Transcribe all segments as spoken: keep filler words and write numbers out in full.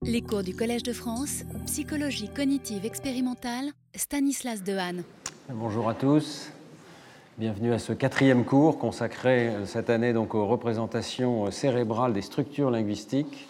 Les cours du Collège de France, psychologie cognitive expérimentale, Stanislas Dehaene. Bonjour à tous, bienvenue à ce quatrième cours consacré cette année donc aux représentations cérébrales des structures linguistiques.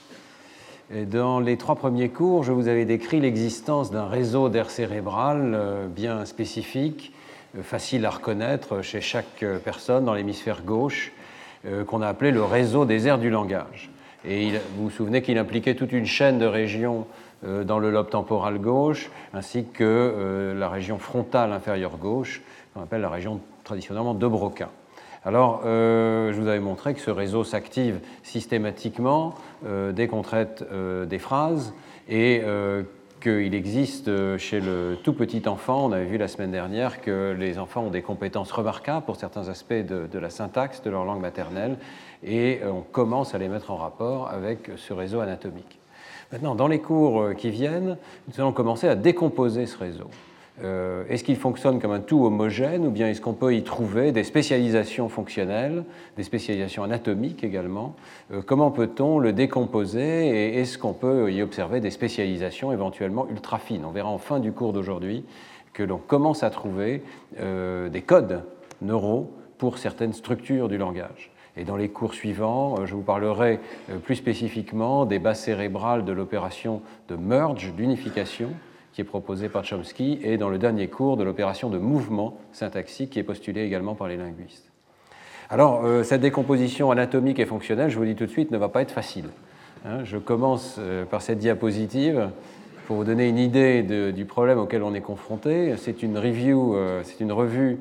Et dans les trois premiers cours, je vous avais décrit l'existence d'un réseau d'aires cérébrales bien spécifique, facile à reconnaître chez chaque personne dans l'hémisphère gauche, qu'on a appelé le réseau des aires du langage. Et il, vous vous souvenez qu'il impliquait toute une chaîne de régions euh, dans le lobe temporal gauche, ainsi que euh, la région frontale inférieure gauche, qu'on appelle la région traditionnellement de Broca. Alors, euh, je vous avais montré que ce réseau s'active systématiquement euh, dès qu'on traite euh, des phrases et euh, qu'il existe chez le tout petit enfant, on avait vu la semaine dernière que les enfants ont des compétences remarquables pour certains aspects de, de la syntaxe de leur langue maternelle, et on commence à les mettre en rapport avec ce réseau anatomique. Maintenant, dans les cours qui viennent, nous allons commencer à décomposer ce réseau. Euh, est-ce qu'il fonctionne comme un tout homogène, ou bien est-ce qu'on peut y trouver des spécialisations fonctionnelles, des spécialisations anatomiques également? euh, Comment peut-on le décomposer, et est-ce qu'on peut y observer des spécialisations éventuellement ultra fines? On verra en fin du cours d'aujourd'hui que l'on commence à trouver euh, des codes neuraux pour certaines structures du langage. Et dans les cours suivants, je vous parlerai plus spécifiquement des bases cérébrales de l'opération de merge, d'unification, qui est proposée par Chomsky, et dans le dernier cours de l'opération de mouvement syntaxique, qui est postulée également par les linguistes. Alors, euh, cette décomposition anatomique et fonctionnelle, je vous dis tout de suite, ne va pas être facile. Hein, je commence euh, par cette diapositive pour vous donner une idée de, du problème auquel on est confronté. C'est une review, euh, c'est une revue,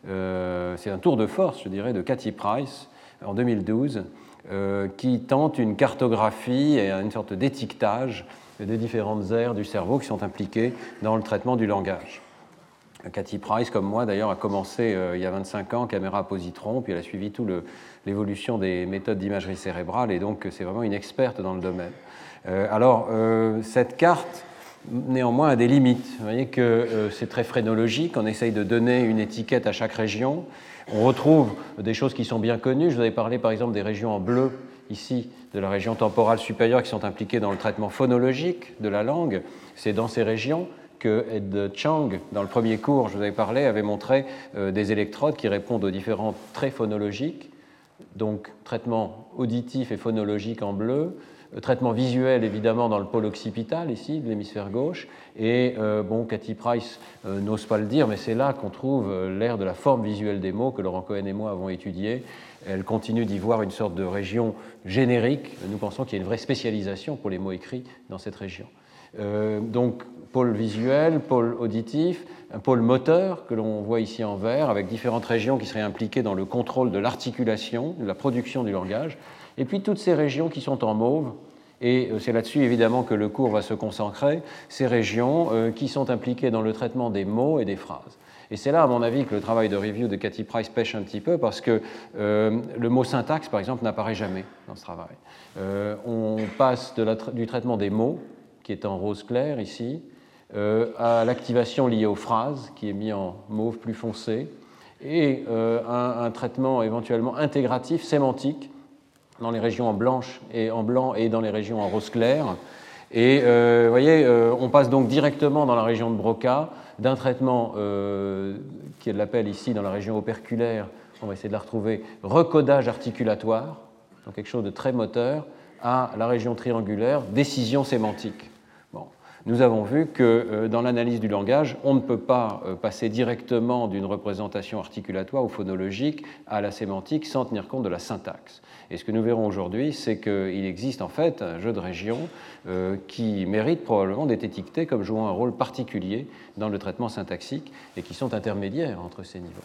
euh, c'est un tour de force, je dirais, de Cathy Price, en deux mille douze, euh, qui tente une cartographie et une sorte d'étiquetage des différentes aires du cerveau qui sont impliquées dans le traitement du langage. Cathy Price, comme moi d'ailleurs, a commencé euh, il y a vingt-cinq ans caméra positron, puis elle a suivi toute l'évolution des méthodes d'imagerie cérébrale, et donc c'est vraiment une experte dans le domaine. Euh, alors, euh, cette carte, néanmoins, a des limites. Vous voyez que euh, c'est très phrénologique, on essaye de donner une étiquette à chaque région. On retrouve des choses qui sont bien connues. Je vous avais parlé par exemple des régions en bleu, ici, de la région temporale supérieure, qui sont impliquées dans le traitement phonologique de la langue. C'est dans ces régions que Ed Chang, dans le premier cours, je vous avais parlé, avait montré euh, des électrodes qui répondent aux différents traits phonologiques, donc traitement auditif et phonologique en bleu, traitement visuel évidemment dans le pôle occipital ici de l'hémisphère gauche, et euh, bon, Cathy Price euh, n'ose pas le dire, mais c'est là qu'on trouve euh, l'ère de la forme visuelle des mots que Laurent Cohen et moi avons étudié. Elle continue d'y voir une sorte de région générique. Nous pensons qu'il y a une vraie spécialisation pour les mots écrits dans cette région. Euh, donc pôle visuel, pôle auditif, un pôle moteur que l'on voit ici en vert, avec différentes régions qui seraient impliquées dans le contrôle de l'articulation, de la production du langage, et puis toutes ces régions qui sont en mauve, et c'est là-dessus évidemment que le cours va se concentrer, ces régions euh, qui sont impliquées dans le traitement des mots et des phrases. Et c'est là, à mon avis, que le travail de review de Cathy Price pêche un petit peu, parce que euh, le mot syntaxe, par exemple, n'apparaît jamais dans ce travail. Euh, on passe de la tra- du traitement des mots, qui est en rose clair ici, euh, à l'activation liée aux phrases, qui est mis en mauve plus foncé, et euh, un, un traitement éventuellement intégratif, sémantique, dans les régions en, blanche et en blanc et dans les régions en rose clair. Et euh, vous voyez, euh, on passe donc directement dans la région de Broca d'un traitement euh, qui l'appelle ici dans la région operculaire, on va essayer de la retrouver, recodage articulatoire, donc quelque chose de très moteur, à la région triangulaire, décision sémantique. Bon. Nous avons vu que euh, dans l'analyse du langage, on ne peut pas euh, passer directement d'une représentation articulatoire ou phonologique à la sémantique sans tenir compte de la syntaxe. Et ce que nous verrons aujourd'hui, c'est qu'il existe en fait un jeu de régions euh, qui mérite probablement d'être étiqueté comme jouant un rôle particulier dans le traitement syntaxique et qui sont intermédiaires entre ces niveaux.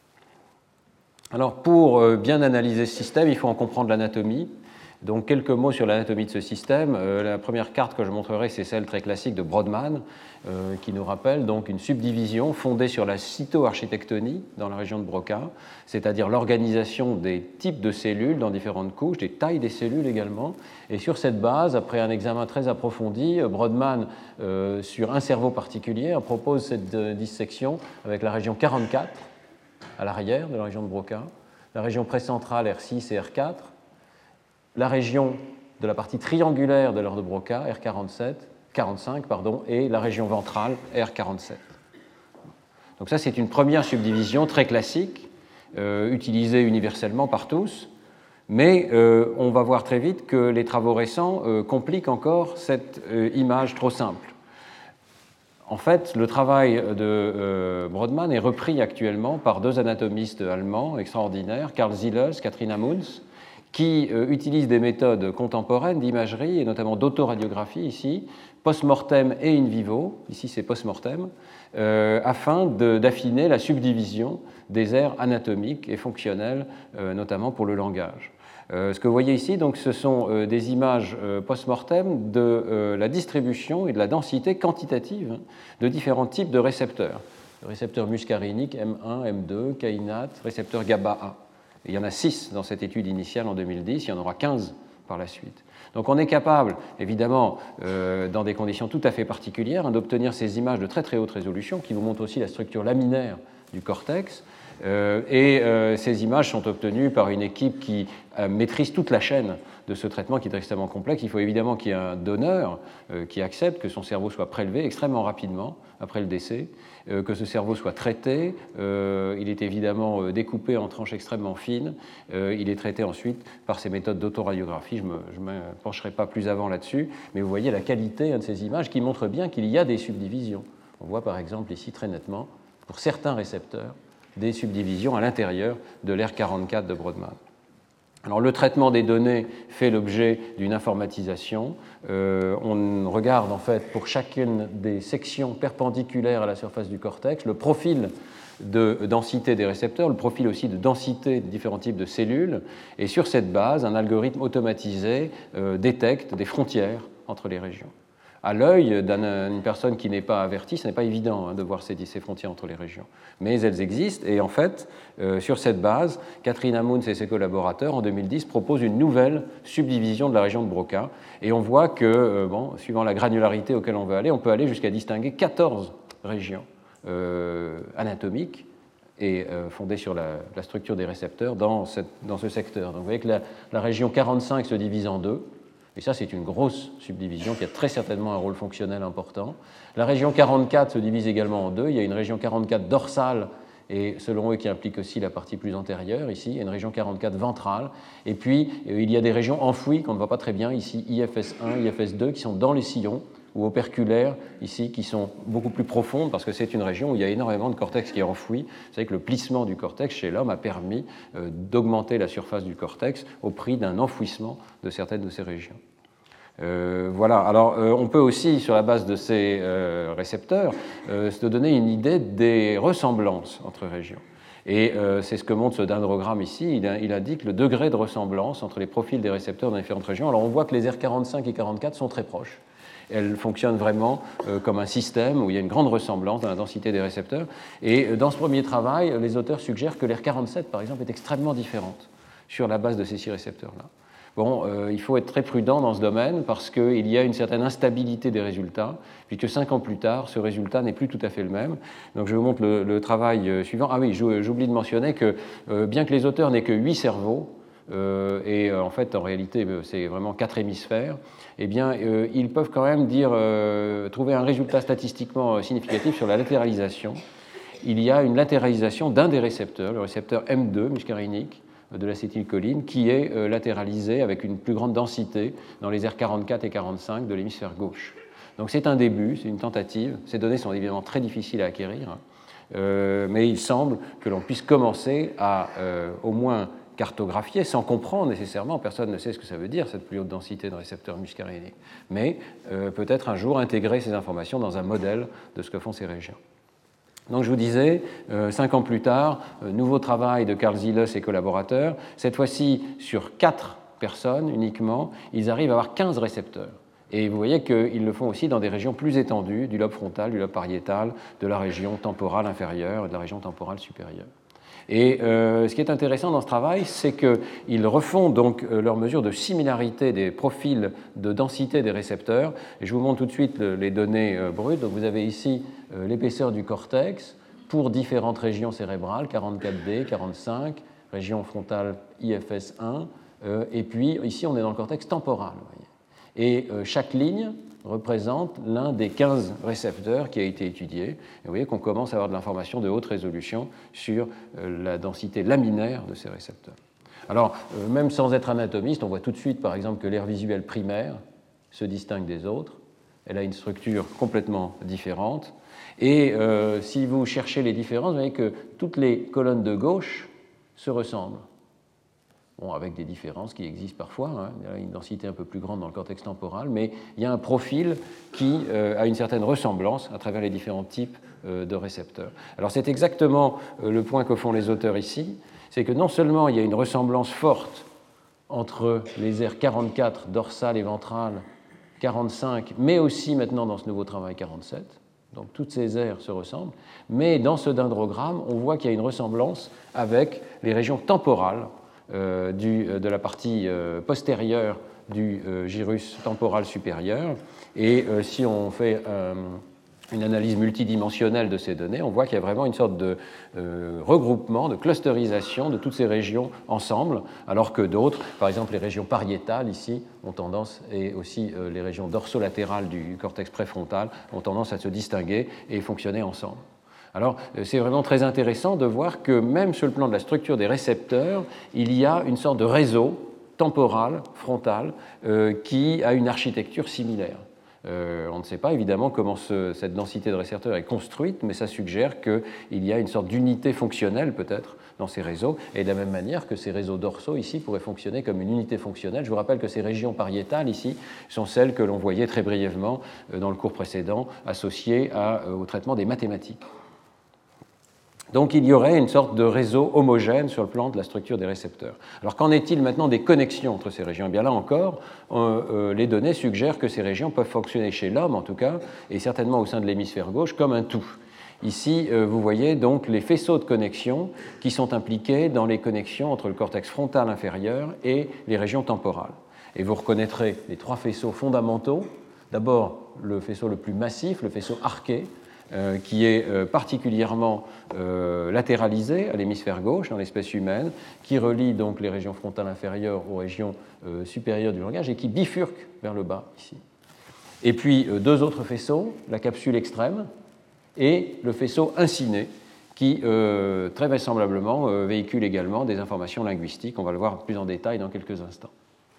Alors pour euh, bien analyser ce système, il faut en comprendre l'anatomie. Donc quelques mots sur l'anatomie de ce système. Euh, la première carte que je montrerai, c'est celle très classique de Brodmann, euh, qui nous rappelle donc une subdivision fondée sur la cytoarchitectonie dans la région de Broca, c'est-à-dire l'organisation des types de cellules dans différentes couches, des tailles des cellules également. Et sur cette base, après un examen très approfondi, Brodmann, euh, sur un cerveau particulier, propose cette euh, dissection avec la région quarante-quatre à l'arrière de la région de Broca, la région précentrale R six et R quatre, la région de la partie triangulaire de l'aire de Broca, R quarante-sept, quarante-cinq, pardon, et la région ventrale, R quarante-sept. Donc ça, c'est une première subdivision très classique, euh, utilisée universellement par tous, mais euh, on va voir très vite que les travaux récents euh, compliquent encore cette euh, image trop simple. En fait, le travail de euh, Brodmann est repris actuellement par deux anatomistes allemands extraordinaires, Karl Zieles, Katrina Munz, qui euh, utilisent des méthodes contemporaines d'imagerie, et notamment d'autoradiographie ici, post-mortem et in vivo, ici c'est post-mortem, euh, afin d'affiner la subdivision des aires anatomiques et fonctionnelles, euh, notamment pour le langage. Euh, ce que vous voyez ici, donc, ce sont euh, des images euh, post-mortem de euh, la distribution et de la densité quantitative hein, de différents types de récepteurs. Le récepteur muscarinique M un, M deux, kainate, récepteur GABA A. Et il y en a six dans cette étude initiale en deux mille dix, il y en aura quinze par la suite. Donc on est capable, évidemment, euh, dans des conditions tout à fait particulières, hein, d'obtenir ces images de très très haute résolution qui vous montrent aussi la structure laminaire du cortex. Euh, et euh, ces images sont obtenues par une équipe qui euh, maîtrise toute la chaîne de ce traitement qui est extrêmement complexe. Il faut évidemment qu'il y ait un donneur euh, qui accepte que son cerveau soit prélevé extrêmement rapidement après le décès, euh, que ce cerveau soit traité. Euh, il est évidemment euh, découpé en tranches extrêmement fines. Euh, il est traité ensuite par ces méthodes d'autoradiographie. Je ne me pencherai pas plus avant là-dessus, mais vous voyez la qualité hein, de ces images qui montrent bien qu'il y a des subdivisions. On voit par exemple ici très nettement, pour certains récepteurs, des subdivisions à l'intérieur de l'R quarante-quatre de Brodmann. Alors, le traitement des données fait l'objet d'une informatisation. Euh, on regarde en fait pour chacune des sections perpendiculaires à la surface du cortex le profil de densité des récepteurs, le profil aussi de densité de différents types de cellules, et sur cette base, un algorithme automatisé euh, détecte des frontières entre les régions. À l'œil d'une personne qui n'est pas avertie, ce n'est pas évident hein, de voir ces, ces frontières entre les régions. Mais elles existent, et en fait, euh, sur cette base, Katrina Munz et ses collaborateurs, en deux mille dix, proposent une nouvelle subdivision de la région de Broca, et on voit que, euh, bon, suivant la granularité auquel on veut aller, on peut aller jusqu'à distinguer quatorze régions euh, anatomiques et euh, fondées sur la, la structure des récepteurs dans, cette, dans ce secteur. Donc vous voyez que la, la région quarante-cinq se divise en deux. Et ça, c'est une grosse subdivision qui a très certainement un rôle fonctionnel important. La région quarante-quatre se divise également en deux. Il y a une région quarante-quatre dorsale, et selon eux, qui implique aussi la partie plus antérieure, ici. Il y a une région quarante-quatre ventrale. Et puis, il y a des régions enfouies qu'on ne voit pas très bien, ici, I F S un, I F S deux, qui sont dans les sillons, ou operculaires, ici, qui sont beaucoup plus profondes, parce que c'est une région où il y a énormément de cortex qui est enfoui. Vous savez que le plissement du cortex chez l'homme a permis euh, d'augmenter la surface du cortex au prix d'un enfouissement de certaines de ces régions. Euh, voilà, alors euh, on peut aussi, sur la base de ces euh, récepteurs, euh, se donner une idée des ressemblances entre régions. Et euh, c'est ce que montre ce dendrogramme ici. Il, il indique le degré de ressemblance entre les profils des récepteurs dans différentes régions. Alors on voit que les R quarante-cinq et quarante-quatre sont très proches. Elles fonctionnent vraiment euh, comme un système où il y a une grande ressemblance dans la densité des récepteurs. Et euh, dans ce premier travail, les auteurs suggèrent que l'R quarante-sept, par exemple, est extrêmement différente sur la base de ces six récepteurs-là. Bon, euh, il faut être très prudent dans ce domaine parce qu'il y a une certaine instabilité des résultats, puisque cinq ans plus tard, ce résultat n'est plus tout à fait le même. Donc je vous montre le, le travail suivant. Ah oui, j'oublie de mentionner que euh, bien que les auteurs n'aient que huit cerveaux, euh, et euh, en fait, en réalité, c'est vraiment quatre hémisphères, eh bien, euh, ils peuvent quand même dire, euh, trouver un résultat statistiquement significatif sur la latéralisation. Il y a une latéralisation d'un des récepteurs, le récepteur M deux muscarinique, de l'acétylcholine, qui est euh, latéralisé avec une plus grande densité dans les R quarante-quatre et quarante-cinq de l'hémisphère gauche. Donc c'est un début, c'est une tentative. Ces données sont évidemment très difficiles à acquérir, euh, mais il semble que l'on puisse commencer à euh, au moins cartographier, sans comprendre nécessairement, personne ne sait ce que ça veut dire, cette plus haute densité de récepteurs muscariniques, mais euh, peut-être un jour intégrer ces informations dans un modèle de ce que font ces régions. Donc je vous disais, euh, cinq ans plus tard, euh, nouveau travail de Karl Zieles et collaborateurs, cette fois-ci sur quatre personnes uniquement, ils arrivent à avoir quinze récepteurs. Et vous voyez qu'ils le font aussi dans des régions plus étendues, du lobe frontal, du lobe pariétal, de la région temporale inférieure et de la région temporale supérieure. Et euh, ce qui est intéressant dans ce travail, c'est qu'ils refont donc euh, leurs mesures de similarité des profils de densité des récepteurs. Et je vous montre tout de suite le, les données euh, brutes. Donc vous avez ici euh, l'épaisseur du cortex pour différentes régions cérébrales, quarante-quatre D, quarante-cinq, région frontale I F S un, euh, et puis ici on est dans le cortex temporal. Vous voyez. Et euh, chaque ligne représente l'un des quinze récepteurs qui a été étudié. Et vous voyez qu'on commence à avoir de l'information de haute résolution sur euh, la densité laminaire de ces récepteurs. Alors, euh, même sans être anatomiste, on voit tout de suite, par exemple, que l'aire visuelle primaire se distingue des autres. Elle a une structure complètement différente. Et euh, si vous cherchez les différences, vous voyez que toutes les colonnes de gauche se ressemblent. Bon, avec des différences qui existent parfois, hein. Il y a une densité un peu plus grande dans le cortex temporal, mais il y a un profil qui euh, a une certaine ressemblance à travers les différents types euh, de récepteurs. Alors c'est exactement euh, le point que font les auteurs ici, c'est que non seulement il y a une ressemblance forte entre les aires quarante-quatre, dorsale et ventrale, quarante-cinq, mais aussi maintenant dans ce nouveau travail quarante-sept, donc toutes ces aires se ressemblent, mais dans ce dendrogramme, on voit qu'il y a une ressemblance avec les régions temporales Euh, du, de la partie euh, postérieure du euh, gyrus temporal supérieur. Et euh, si on fait euh, une analyse multidimensionnelle de ces données, on voit qu'il y a vraiment une sorte de euh, regroupement, de clusterisation de toutes ces régions ensemble, alors que d'autres, par exemple les régions pariétales ici, ont tendance, et aussi euh, les régions dorsolatérales du cortex préfrontal, ont tendance à se distinguer et fonctionner ensemble. Alors, c'est vraiment très intéressant de voir que même sur le plan de la structure des récepteurs, il y a une sorte de réseau temporal, frontal, euh, qui a une architecture similaire. Euh, on ne sait pas évidemment comment ce, cette densité de récepteurs est construite, mais ça suggère qu'il y a une sorte d'unité fonctionnelle peut-être dans ces réseaux, et de la même manière que ces réseaux dorsaux ici pourraient fonctionner comme une unité fonctionnelle. Je vous rappelle que ces régions pariétales ici sont celles que l'on voyait très brièvement dans le cours précédent, associées à, au traitement des mathématiques. Donc il y aurait une sorte de réseau homogène sur le plan de la structure des récepteurs. Alors qu'en est-il maintenant des connexions entre ces régions ? Eh bien là encore, euh, euh, les données suggèrent que ces régions peuvent fonctionner chez l'homme en tout cas, et certainement au sein de l'hémisphère gauche, comme un tout. Ici, euh, vous voyez donc les faisceaux de connexion qui sont impliqués dans les connexions entre le cortex frontal inférieur et les régions temporales. Et vous reconnaîtrez les trois faisceaux fondamentaux. D'abord, le faisceau le plus massif, le faisceau arqué, Euh, qui est euh, particulièrement euh, latéralisé à l'hémisphère gauche dans l'espèce humaine, qui relie donc les régions frontales inférieures aux régions euh, supérieures du langage et qui bifurque vers le bas ici. Et puis euh, deux autres faisceaux, la capsule extrême et le faisceau inciné, qui euh, très vraisemblablement euh, véhicule également des informations linguistiques. On va le voir plus en détail dans quelques instants.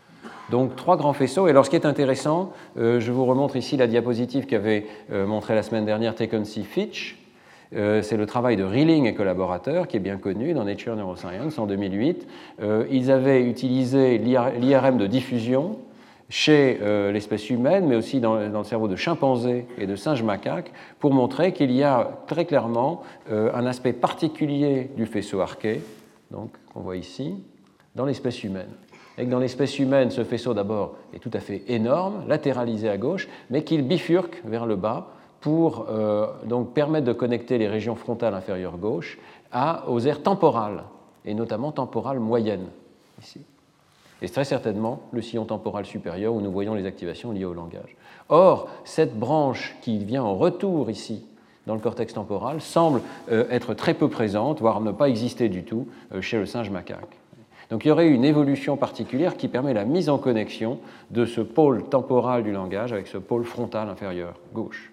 Donc trois grands faisceaux. Et alors ce qui est intéressant, euh, je vous remontre ici la diapositive qu'avait euh, montrée la semaine dernière Tecumseh Fitch. Euh, c'est le travail de Rilling et collaborateurs qui est bien connu dans Nature Neuroscience en deux mille huit. Euh, ils avaient utilisé l'I R M de diffusion chez euh, l'espèce humaine, mais aussi dans, dans le cerveau de chimpanzés et de singes macaques, pour montrer qu'il y a très clairement euh, un aspect particulier du faisceau arqué, donc qu'on voit ici, dans l'espèce humaine. Et que dans l'espèce humaine, ce faisceau d'abord est tout à fait énorme, latéralisé à gauche, mais qu'il bifurque vers le bas pour euh, donc permettre de connecter les régions frontales inférieures gauche à, aux aires temporales, et notamment temporales moyennes, ici. Et c'est très certainement le sillon temporal supérieur où nous voyons les activations liées au langage. Or, cette branche qui vient en retour ici, dans le cortex temporal, semble euh, être très peu présente, voire ne pas exister du tout euh, chez le singe macaque. Donc il y aurait une évolution particulière qui permet la mise en connexion de ce pôle temporal du langage avec ce pôle frontal inférieur gauche.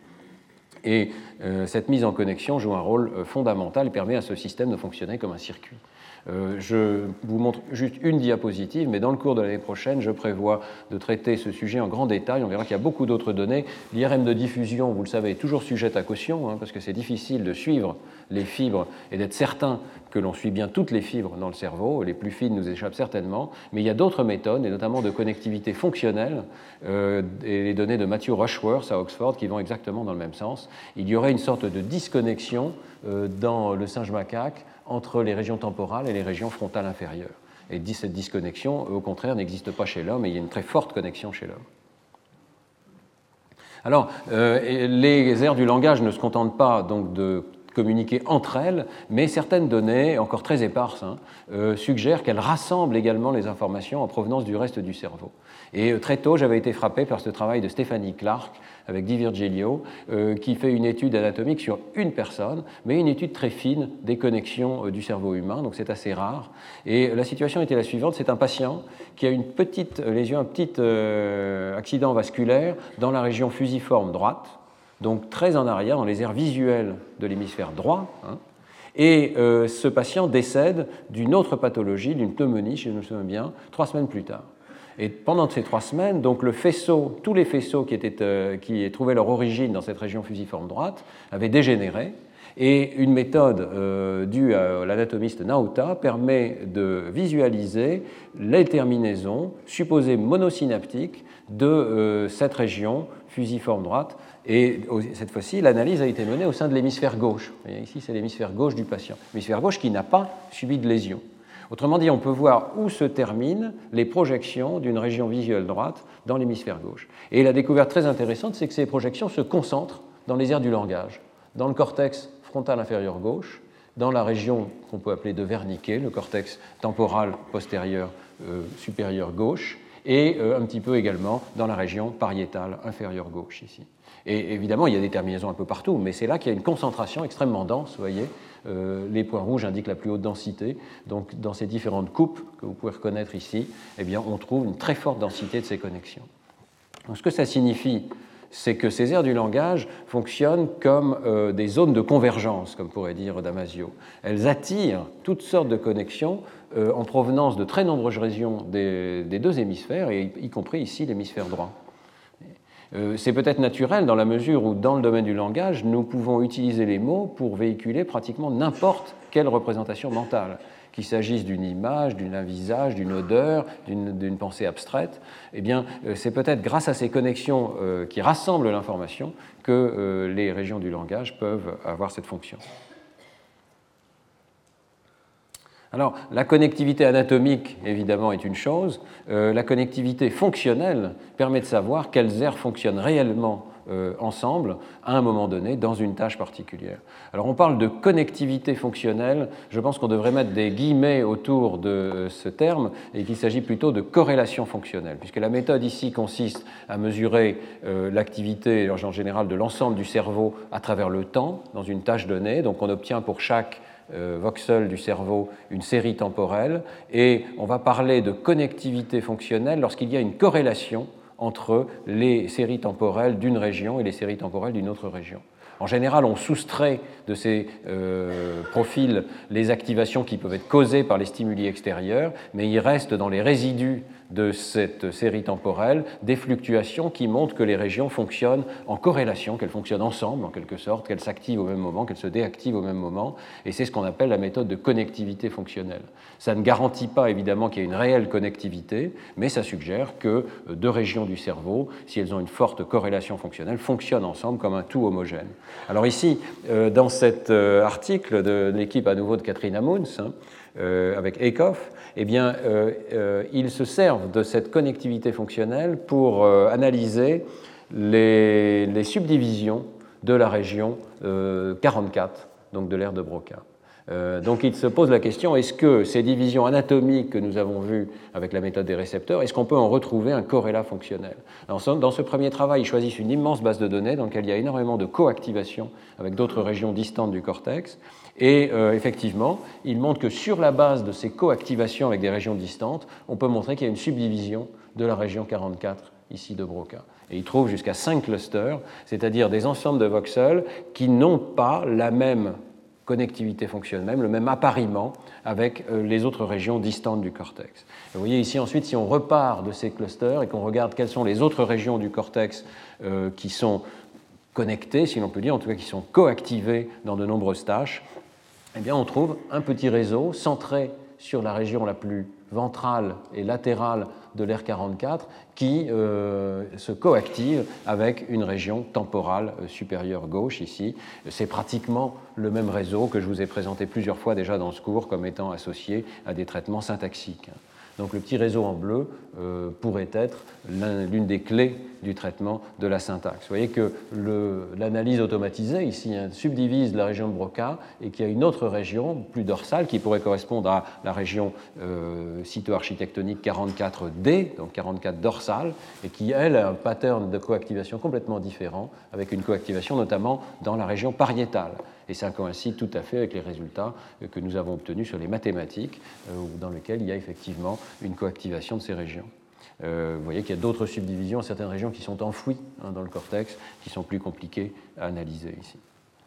Et euh, cette mise en connexion joue un rôle euh, fondamental et permet à ce système de fonctionner comme un circuit. Euh, je vous montre juste une diapositive, mais dans le cours de l'année prochaine, je prévois de traiter ce sujet en grand détail. On verra qu'il y a beaucoup d'autres données. L'I R M de diffusion, vous le savez, est toujours sujette à caution, hein, parce que c'est difficile de suivre les fibres et d'être certain que l'on suit bien toutes les fibres dans le cerveau. Les plus fines nous échappent certainement, mais il y a d'autres méthodes, et notamment de connectivité fonctionnelle, euh, et les données de Matthew Rushworth à Oxford qui vont exactement dans le même sens. Il y aurait une sorte de disconnexion euh, dans le singe macaque entre les régions temporales et les régions frontales inférieures. Et cette disconnexion, au contraire, n'existe pas chez l'homme, et il y a une très forte connexion chez l'homme. Alors, euh, les aires du langage ne se contentent pas donc de communiquer entre elles, mais certaines données, encore très éparses, hein, euh, suggèrent qu'elles rassemblent également les informations en provenance du reste du cerveau. Et euh, très tôt, j'avais été frappé par ce travail de Stephanie Clark avec Di Virgilio, euh, qui fait une étude anatomique sur une personne, mais une étude très fine des connexions euh, du cerveau humain, donc c'est assez rare. Et la situation était la suivante, c'est un patient qui a une petite lésion, un petit euh, accident vasculaire dans la région fusiforme droite, donc très en arrière, dans les aires visuelles de l'hémisphère droit, hein. Et euh, ce patient décède d'une autre pathologie, d'une pneumonie, si je me souviens bien, trois semaines plus tard. Et pendant ces trois semaines, donc le faisceau, tous les faisceaux qui, étaient, euh, qui trouvaient leur origine dans cette région fusiforme droite avaient dégénéré. Et une méthode euh, due à l'anatomiste Naota permet de visualiser les terminaisons supposées monosynaptiques de euh, cette région fusiforme droite. Et cette fois-ci, l'analyse a été menée au sein de l'hémisphère gauche. Vous voyez, ici, c'est l'hémisphère gauche du patient. L'hémisphère gauche qui n'a pas subi de lésion. Autrement dit, on peut voir où se terminent les projections d'une région visuelle droite dans l'hémisphère gauche. Et la découverte très intéressante, c'est que ces projections se concentrent dans les aires du langage, dans le cortex frontal inférieur gauche, dans la région qu'on peut appeler de Wernicke, le cortex temporal postérieur euh, supérieur gauche, et euh, un petit peu également dans la région pariétale inférieure gauche ici. Et évidemment, il y a des terminaisons un peu partout, mais c'est là qu'il y a une concentration extrêmement dense, vous voyez. Euh, les points rouges indiquent la plus haute densité. Donc, dans ces différentes coupes que vous pouvez reconnaître ici, eh bien, on trouve une très forte densité de ces connexions. Donc, ce que ça signifie, c'est que ces aires du langage fonctionnent comme euh, des zones de convergence, comme pourrait dire Damasio. Elles attirent toutes sortes de connexions euh, en provenance de très nombreuses régions des, des deux hémisphères, et y compris ici l'hémisphère droit. Euh, c'est peut-être naturel dans la mesure où, dans le domaine du langage, nous pouvons utiliser les mots pour véhiculer pratiquement n'importe quelle représentation mentale, qu'il s'agisse d'une image, d'un visage, d'une odeur, d'une, d'une pensée abstraite. Eh bien, euh, c'est peut-être grâce à ces connexions euh, qui rassemblent l'information que euh, les régions du langage peuvent avoir cette fonction. Alors, la connectivité anatomique, évidemment, est une chose. Euh, la connectivité fonctionnelle permet de savoir quelles aires fonctionnent réellement euh, ensemble à un moment donné dans une tâche particulière. Alors, on parle de connectivité fonctionnelle. Je pense qu'on devrait mettre des guillemets autour de euh, ce terme et qu'il s'agit plutôt de corrélation fonctionnelle, puisque la méthode ici consiste à mesurer euh, l'activité, en général, de l'ensemble du cerveau à travers le temps dans une tâche donnée. Donc, on obtient pour chaque Euh, voxel du cerveau, une série temporelle, et on va parler de connectivité fonctionnelle lorsqu'il y a une corrélation entre les séries temporelles d'une région et les séries temporelles d'une autre région. En général, on soustrait de ces euh, profils les activations qui peuvent être causées par les stimuli extérieurs, mais il reste dans les résidus de cette série temporelle des fluctuations qui montrent que les régions fonctionnent en corrélation, qu'elles fonctionnent ensemble en quelque sorte, qu'elles s'activent au même moment, qu'elles se déactivent au même moment, et c'est ce qu'on appelle la méthode de connectivité fonctionnelle. Ça ne garantit pas évidemment qu'il y ait une réelle connectivité, mais ça suggère que deux régions du cerveau, si elles ont une forte corrélation fonctionnelle, fonctionnent ensemble comme un tout homogène. Alors ici, euh, dans cet euh, article de l'équipe à nouveau de Catherine Amunds, hein, euh, avec Eekhoff, eh bien, euh, euh, ils se servent de cette connectivité fonctionnelle pour euh, analyser les, les subdivisions de la région euh, quarante-quatre, donc de l'aire de Broca. Euh, donc il se pose la question, est-ce que ces divisions anatomiques que nous avons vues avec la méthode des récepteurs, est-ce qu'on peut en retrouver un corrélat fonctionnel? Alors, dans ce premier travail, ils choisissent une immense base de données dans laquelle il y a énormément de coactivation avec d'autres régions distantes du cortex, et euh, effectivement, ils montrent que sur la base de ces coactivations avec des régions distantes, on peut montrer qu'il y a une subdivision de la région quarante-quatre ici de Broca. Et ils trouvent jusqu'à cinq clusters, c'est-à-dire des ensembles de voxels qui n'ont pas la même connectivité fonctionne même, le même appariement avec les autres régions distantes du cortex. Et vous voyez ici ensuite, si on repart de ces clusters et qu'on regarde quelles sont les autres régions du cortex euh, qui sont connectées, si l'on peut dire, en tout cas qui sont coactivées dans de nombreuses tâches, eh bien on trouve un petit réseau centré sur la région la plus ventrale et latérale de l'aire quarante-quatre qui euh, se coactive avec une région temporale euh, supérieure gauche ici. C'est pratiquement le même réseau que je vous ai présenté plusieurs fois déjà dans ce cours comme étant associé à des traitements syntaxiques. Donc le petit réseau en bleu euh, pourrait être l'une des clés du traitement de la syntaxe. Vous voyez que l'analyse automatisée, ici, hein, subdivise la région de Broca et qu'il y a une autre région, plus dorsale, qui pourrait correspondre à la région euh, cytoarchitectonique quarante-quatre D, donc quarante-quatre dorsale, et qui, elle, a un pattern de coactivation complètement différent, avec une coactivation notamment dans la région pariétale. Et ça coïncide tout à fait avec les résultats que nous avons obtenus sur les mathématiques, euh, dans lesquels il y a effectivement une coactivation de ces régions. Euh, vous voyez qu'il y a d'autres subdivisions, certaines régions qui sont enfouies hein, dans le cortex, qui sont plus compliquées à analyser ici.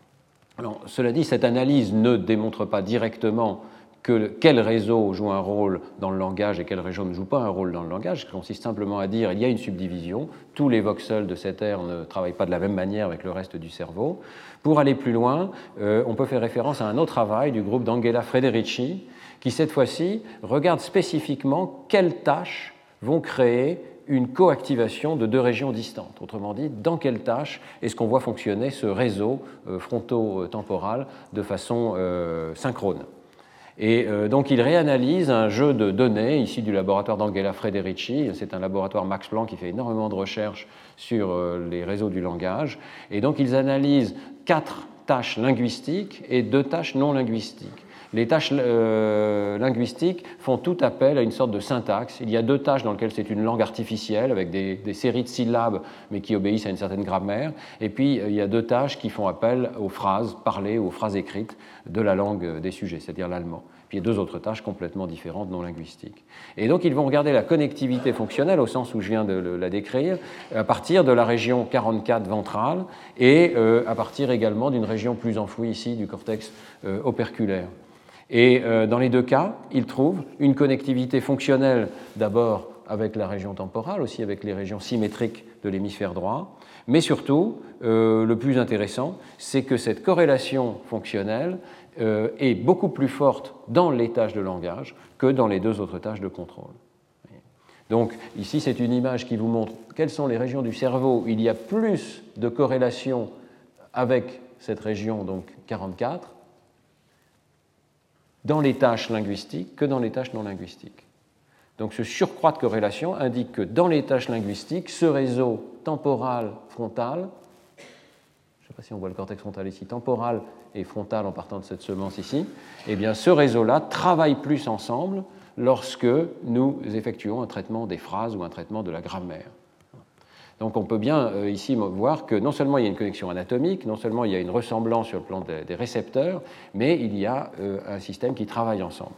Alors, cela dit, cette analyse ne démontre pas directement que quel réseau joue un rôle dans le langage et quelle région ne joue pas un rôle dans le langage. Ça consiste simplement à dire qu'il y a une subdivision, tous les voxels de cette aire ne travaillent pas de la même manière avec le reste du cerveau. Pour aller plus loin, euh, on peut faire référence à un autre travail du groupe d'Angela Frederici, qui cette fois-ci regarde spécifiquement quelles tâches vont créer une coactivation de deux régions distantes. Autrement dit, dans quelle tâche est-ce qu'on voit fonctionner ce réseau euh, fronto-temporal de façon euh, synchrone. Et euh, donc il réanalyse un jeu de données, ici du laboratoire d'Angela Frederici. C'est un laboratoire Max Planck qui fait énormément de recherches sur euh, les réseaux du langage. Et donc ils analysent quatre tâches linguistiques et deux tâches non linguistiques. Les tâches euh, linguistiques font tout appel à une sorte de syntaxe. Il y a deux tâches dans lesquelles c'est une langue artificielle avec des, des séries de syllabes mais qui obéissent à une certaine grammaire. Et puis il y a deux tâches qui font appel aux phrases parlées, aux phrases écrites de la langue des sujets, c'est-à-dire l'allemand. Puis il y a deux autres tâches complètement différentes, non linguistiques. Et donc ils vont regarder la connectivité fonctionnelle, au sens où je viens de la décrire, à partir de la région quarante-quatre ventrale et euh, à partir également d'une région plus enfouie ici du cortex euh, operculaire. Et euh, dans les deux cas, ils trouvent une connectivité fonctionnelle d'abord avec la région temporale, aussi avec les régions symétriques de l'hémisphère droit, mais surtout, euh, le plus intéressant, c'est que cette corrélation fonctionnelle euh, est beaucoup plus forte dans les tâches de langage que dans les deux autres tâches de contrôle. Donc ici, c'est une image qui vous montre quelles sont les régions du cerveau où il y a plus de corrélation avec cette région, donc quarante-quatre, dans les tâches linguistiques que dans les tâches non linguistiques. Donc ce surcroît de corrélation indique que dans les tâches linguistiques, ce réseau temporal frontal, je ne sais pas si on voit le cortex frontal ici, temporal et frontal en partant de cette semence ici, eh bien ce réseau-là travaille plus ensemble lorsque nous effectuons un traitement des phrases ou un traitement de la grammaire. Donc on peut bien euh, ici voir que non seulement il y a une connexion anatomique, non seulement il y a une ressemblance sur le plan des, des récepteurs, mais il y a euh, un système qui travaille ensemble.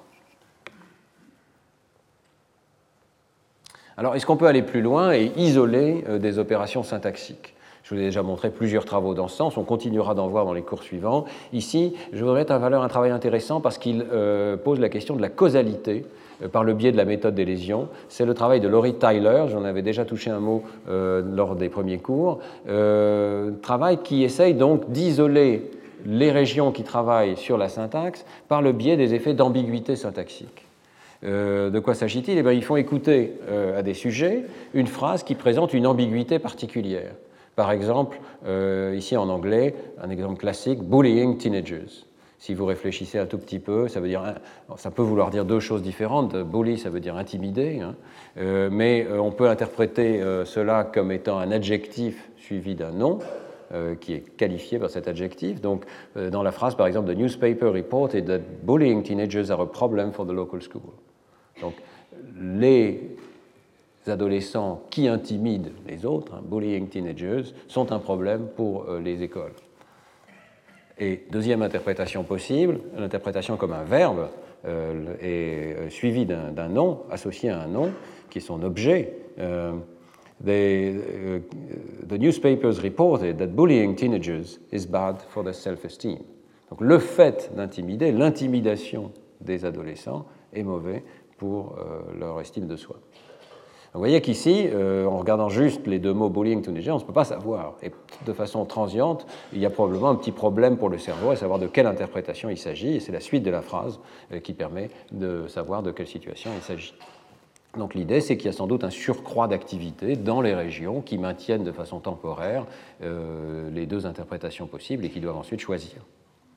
Alors est-ce qu'on peut aller plus loin et isoler euh, des opérations syntaxiques ? Je vous ai déjà montré plusieurs travaux dans ce sens, on continuera d'en voir dans les cours suivants. Ici, je voudrais mettre en valeur un travail intéressant parce qu'il euh, pose la question de la causalité euh, par le biais de la méthode des lésions. C'est le travail de Laurie Tyler, j'en avais déjà touché un mot euh, lors des premiers cours, euh, travail qui essaye donc d'isoler les régions qui travaillent sur la syntaxe par le biais des effets d'ambiguïté syntaxique. Euh, de quoi s'agit-il ? Eh bien, ils font écouter euh, à des sujets une phrase qui présente une ambiguïté particulière. Par exemple, euh, ici en anglais, un exemple classique, bullying teenagers. Si vous réfléchissez un tout petit peu, ça veut dire, ça peut vouloir dire deux choses différentes. Bully, ça veut dire intimider, hein, euh, mais euh, on peut interpréter euh, cela comme étant un adjectif suivi d'un nom, euh, qui est qualifié par cet adjectif. Donc, euh, dans la phrase, par exemple, the newspaper reported that bullying teenagers are a problem for the local school. Donc, les adolescents qui intimident les autres, hein, bullying teenagers, sont un problème pour euh, les écoles. Et deuxième interprétation possible, l'interprétation comme un verbe euh, est euh, suivie d'un, d'un nom, associé à un nom, qui est son objet. Euh, they, uh, the newspapers reported that bullying teenagers is bad for their self-esteem. Donc le fait d'intimider, l'intimidation des adolescents est mauvais pour euh, leur estime de soi. Vous voyez qu'ici, euh, en regardant juste les deux mots bullying teenager, on ne peut pas savoir. Et de façon transiente, il y a probablement un petit problème pour le cerveau à savoir de quelle interprétation il s'agit. Et c'est la suite de la phrase euh, qui permet de savoir de quelle situation il s'agit. Donc l'idée, c'est qu'il y a sans doute un surcroît d'activité dans les régions qui maintiennent de façon temporaire euh, les deux interprétations possibles et qui doivent ensuite choisir.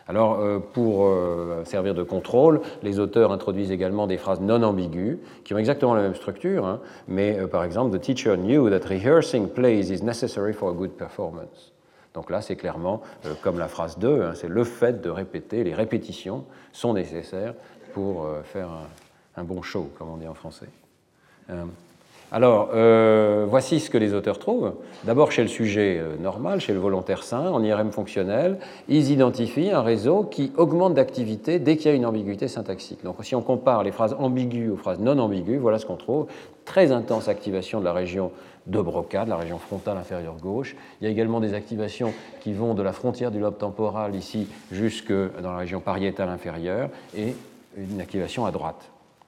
Alors, euh, pour euh, servir de contrôle, les auteurs introduisent également des phrases non ambiguës qui ont exactement la même structure, hein, mais euh, par exemple, « The teacher knew that rehearsing plays is necessary for a good performance ». Donc là, c'est clairement, euh, comme la phrase deux, hein, c'est le fait de répéter, les répétitions sont nécessaires pour euh, faire un, un bon show, comme on dit en français. Euh, Alors, euh, voici ce que les auteurs trouvent. D'abord, chez le sujet euh, normal, chez le volontaire sain, en I R M fonctionnel, ils identifient un réseau qui augmente d'activité dès qu'il y a une ambiguïté syntaxique. Donc, si on compare les phrases ambiguës aux phrases non ambiguës, voilà ce qu'on trouve. Très intense activation de la région de Broca, de la région frontale inférieure gauche. Il y a également des activations qui vont de la frontière du lobe temporal, ici, jusque dans la région pariétale inférieure, et une activation à droite.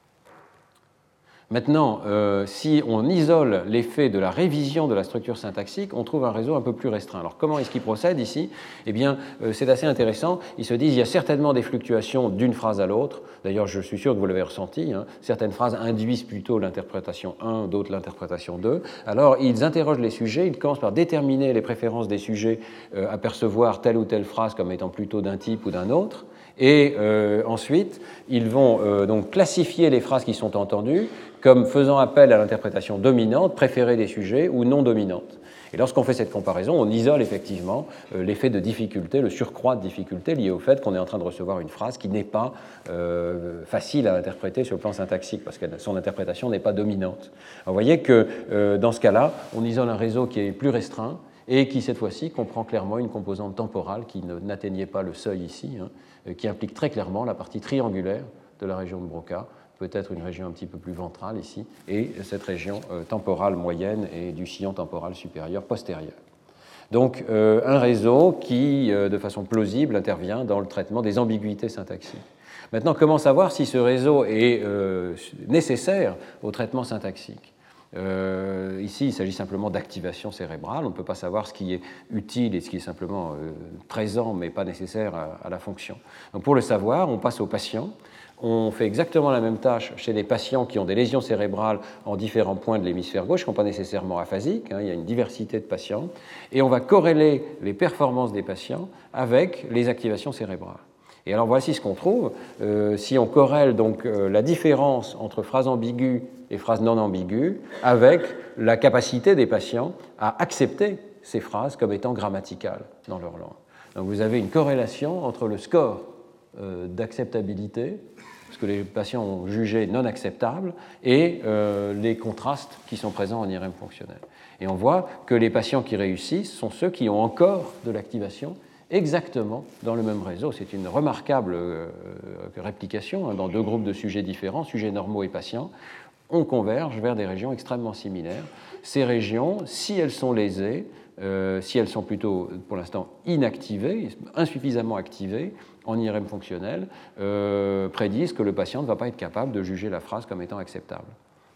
Maintenant, euh, si on isole l'effet de la révision de la structure syntaxique, on trouve un réseau un peu plus restreint. Alors, comment est-ce qu'il procède ici? Eh bien, euh, c'est assez intéressant. Ils se disent qu'il y a certainement des fluctuations d'une phrase à l'autre. D'ailleurs, je suis sûr que vous l'avez ressenti. Hein. Certaines phrases induisent plutôt l'interprétation un, d'autres l'interprétation deux. Alors, ils interrogent les sujets. Ils commencent par déterminer les préférences des sujets euh, à percevoir telle ou telle phrase comme étant plutôt d'un type ou d'un autre. Et euh, ensuite, ils vont euh, donc classifier les phrases qui sont entendues comme faisant appel à l'interprétation dominante, préférée des sujets ou non dominante. Et lorsqu'on fait cette comparaison, on isole effectivement euh, l'effet de difficulté, le surcroît de difficulté lié au fait qu'on est en train de recevoir une phrase qui n'est pas euh, facile à interpréter sur le plan syntaxique, parce que son interprétation n'est pas dominante. Alors, vous voyez que euh, dans ce cas-là, on isole un réseau qui est plus restreint et qui, cette fois-ci, comprend clairement une composante temporale qui n'atteignait pas le seuil ici, hein, qui implique très clairement la partie triangulaire de la région de Broca, peut-être une région un petit peu plus ventrale ici, et cette région euh, temporale moyenne et du sillon temporal supérieur postérieur. Donc euh, un réseau qui, euh, de façon plausible, intervient dans le traitement des ambiguïtés syntaxiques. Maintenant, comment savoir si ce réseau est euh, nécessaire au traitement syntaxique? Euh, ici, il s'agit simplement d'activation cérébrale. On ne peut pas savoir ce qui est utile et ce qui est simplement euh, présent, mais pas nécessaire à, à la fonction. Donc, pour le savoir, on passe aux patients. On fait exactement la même tâche chez des patients qui ont des lésions cérébrales en différents points de l'hémisphère gauche, qui ne sont pas nécessairement aphasiques, hein, il y a une diversité de patients, et on va corréler les performances des patients avec les activations cérébrales. Et alors voici ce qu'on trouve. Euh, si on corrèle donc euh, la différence entre phrases ambiguës et phrases non ambiguës avec la capacité des patients à accepter ces phrases comme étant grammaticales dans leur langue. Donc vous avez une corrélation entre le score euh, d'acceptabilité, ce que les patients ont jugé non acceptable, et euh, les contrastes qui sont présents en I R M fonctionnel. Et on voit que les patients qui réussissent sont ceux qui ont encore de l'activation exactement dans le même réseau. C'est une remarquable euh, réplication hein, dans deux groupes de sujets différents, sujets normaux et patients. On converge vers des régions extrêmement similaires. Ces régions, si elles sont lésées, euh, si elles sont plutôt, pour l'instant, inactivées, insuffisamment activées en I R M fonctionnel, euh, prédisent que le patient ne va pas être capable de juger la phrase comme étant acceptable.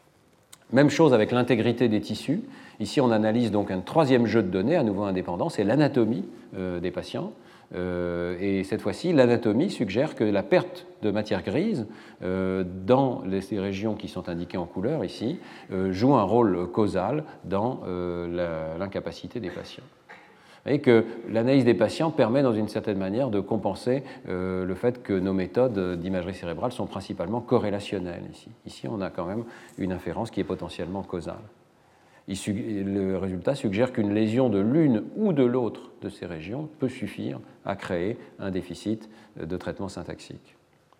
Même chose avec l'intégrité des tissus. Ici, on analyse donc un troisième jeu de données, à nouveau indépendant, c'est l'anatomie euh, des patients. Euh, et cette fois-ci, l'anatomie suggère que la perte de matière grise euh, dans les régions qui sont indiquées en couleur ici euh, joue un rôle causal dans euh, l'incapacité des patients. Vous voyez que l'analyse des patients permet, dans une certaine manière, de compenser euh, le fait que nos méthodes d'imagerie cérébrale sont principalement corrélationnelles. Ici. Ici, on a quand même une inférence qui est potentiellement causale. Le résultat suggère qu'une lésion de l'une ou de l'autre de ces régions peut suffire à créer un déficit de traitement syntaxique.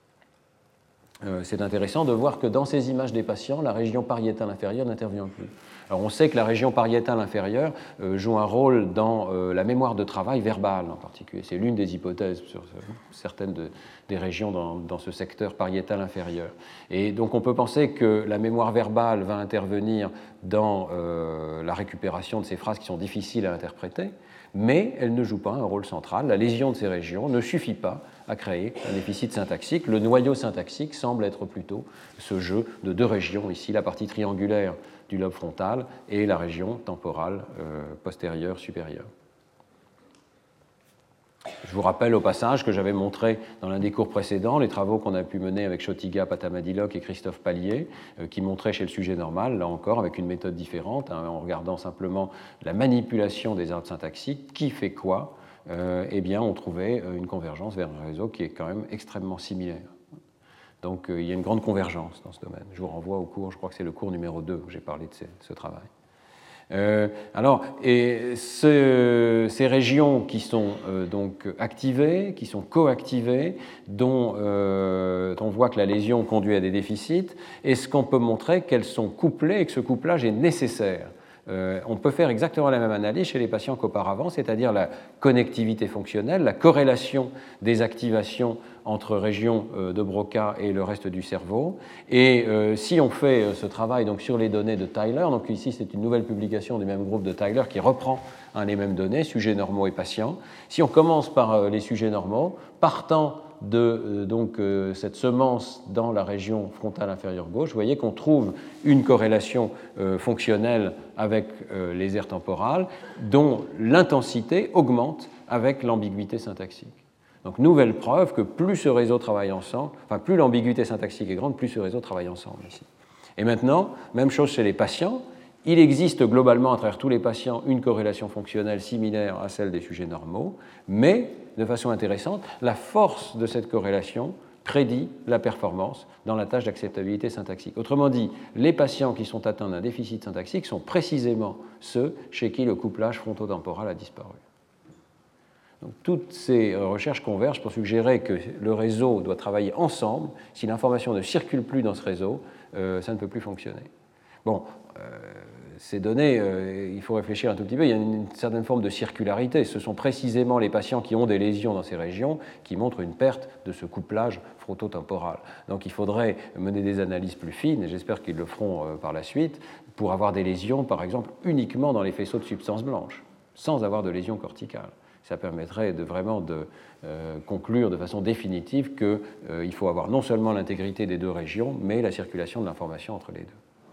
C'est intéressant de voir que dans ces images des patients, la région pariétale inférieure n'intervient plus. Alors on sait que la région pariétale inférieure joue un rôle dans la mémoire de travail verbale en particulier. C'est l'une des hypothèses sur certaines de, des régions dans, dans ce secteur pariétal inférieur. Et donc on peut penser que la mémoire verbale va intervenir dans euh, la récupération de ces phrases qui sont difficiles à interpréter, mais elle ne joue pas un rôle central. La lésion de ces régions ne suffit pas à créer un déficit syntaxique. Le noyau syntaxique semble être plutôt ce jeu de deux régions, ici la partie triangulaire du lobe frontal et la région temporale euh, postérieure supérieure. Je vous rappelle au passage que j'avais montré dans l'un des cours précédents les travaux qu'on a pu mener avec Chotiga Patamadilok et Christophe Pallier, euh, qui montraient chez le sujet normal, là encore avec une méthode différente, hein, en regardant simplement la manipulation des arbres syntaxiques, qui fait quoi euh, eh bien, on trouvait une convergence vers un réseau qui est quand même extrêmement similaire. Donc euh, il y a une grande convergence dans ce domaine. Je vous renvoie au cours, je crois que c'est le cours numéro deux où j'ai parlé de ce, de ce travail. Euh, alors, et ce, ces régions qui sont euh, donc activées, qui sont coactivées, dont euh, on voit que la lésion conduit à des déficits, est-ce qu'on peut montrer qu'elles sont couplées et que ce couplage est nécessaire? Euh, on peut faire exactement la même analyse chez les patients qu'auparavant, c'est-à-dire la connectivité fonctionnelle, la corrélation des activations entre régions euh, de Broca et le reste du cerveau. Et euh, si on fait euh, ce travail donc, sur les données de Tyler, donc ici c'est une nouvelle publication du même groupe de Tyler qui reprend hein, les mêmes données, sujets normaux et patients. Si on commence par euh, les sujets normaux, partant de euh, donc, euh, cette semence dans la région frontale inférieure gauche, vous voyez qu'on trouve une corrélation euh, fonctionnelle avec euh, les aires temporales dont l'intensité augmente avec l'ambiguïté syntaxique. Donc nouvelle preuve que plus ce réseau travaille ensemble, enfin plus l'ambiguïté syntaxique est grande, plus ce réseau travaille ensemble ici. Et maintenant, même chose chez les patients, il existe globalement à travers tous les patients une corrélation fonctionnelle similaire à celle des sujets normaux, mais de façon intéressante, la force de cette corrélation prédit la performance dans la tâche d'acceptabilité syntaxique. Autrement dit, les patients qui sont atteints d'un déficit syntaxique sont précisément ceux chez qui le couplage frontotemporal a disparu. Donc, toutes ces recherches convergent pour suggérer que le réseau doit travailler ensemble. Si l'information ne circule plus dans ce réseau, euh, ça ne peut plus fonctionner. Bon, euh, ces données, euh, il faut réfléchir un tout petit peu, il y a une certaine forme de circularité. Ce sont précisément les patients qui ont des lésions dans ces régions qui montrent une perte de ce couplage frontotemporal. Donc il faudrait mener des analyses plus fines, et j'espère qu'ils le feront euh, par la suite, pour avoir des lésions, par exemple, uniquement dans les faisceaux de substances blanches, sans avoir de lésions corticales. Ça permettrait de vraiment de euh, conclure de façon définitive qu'il euh, faut avoir non seulement l'intégrité des deux régions, mais la circulation de l'information entre les deux.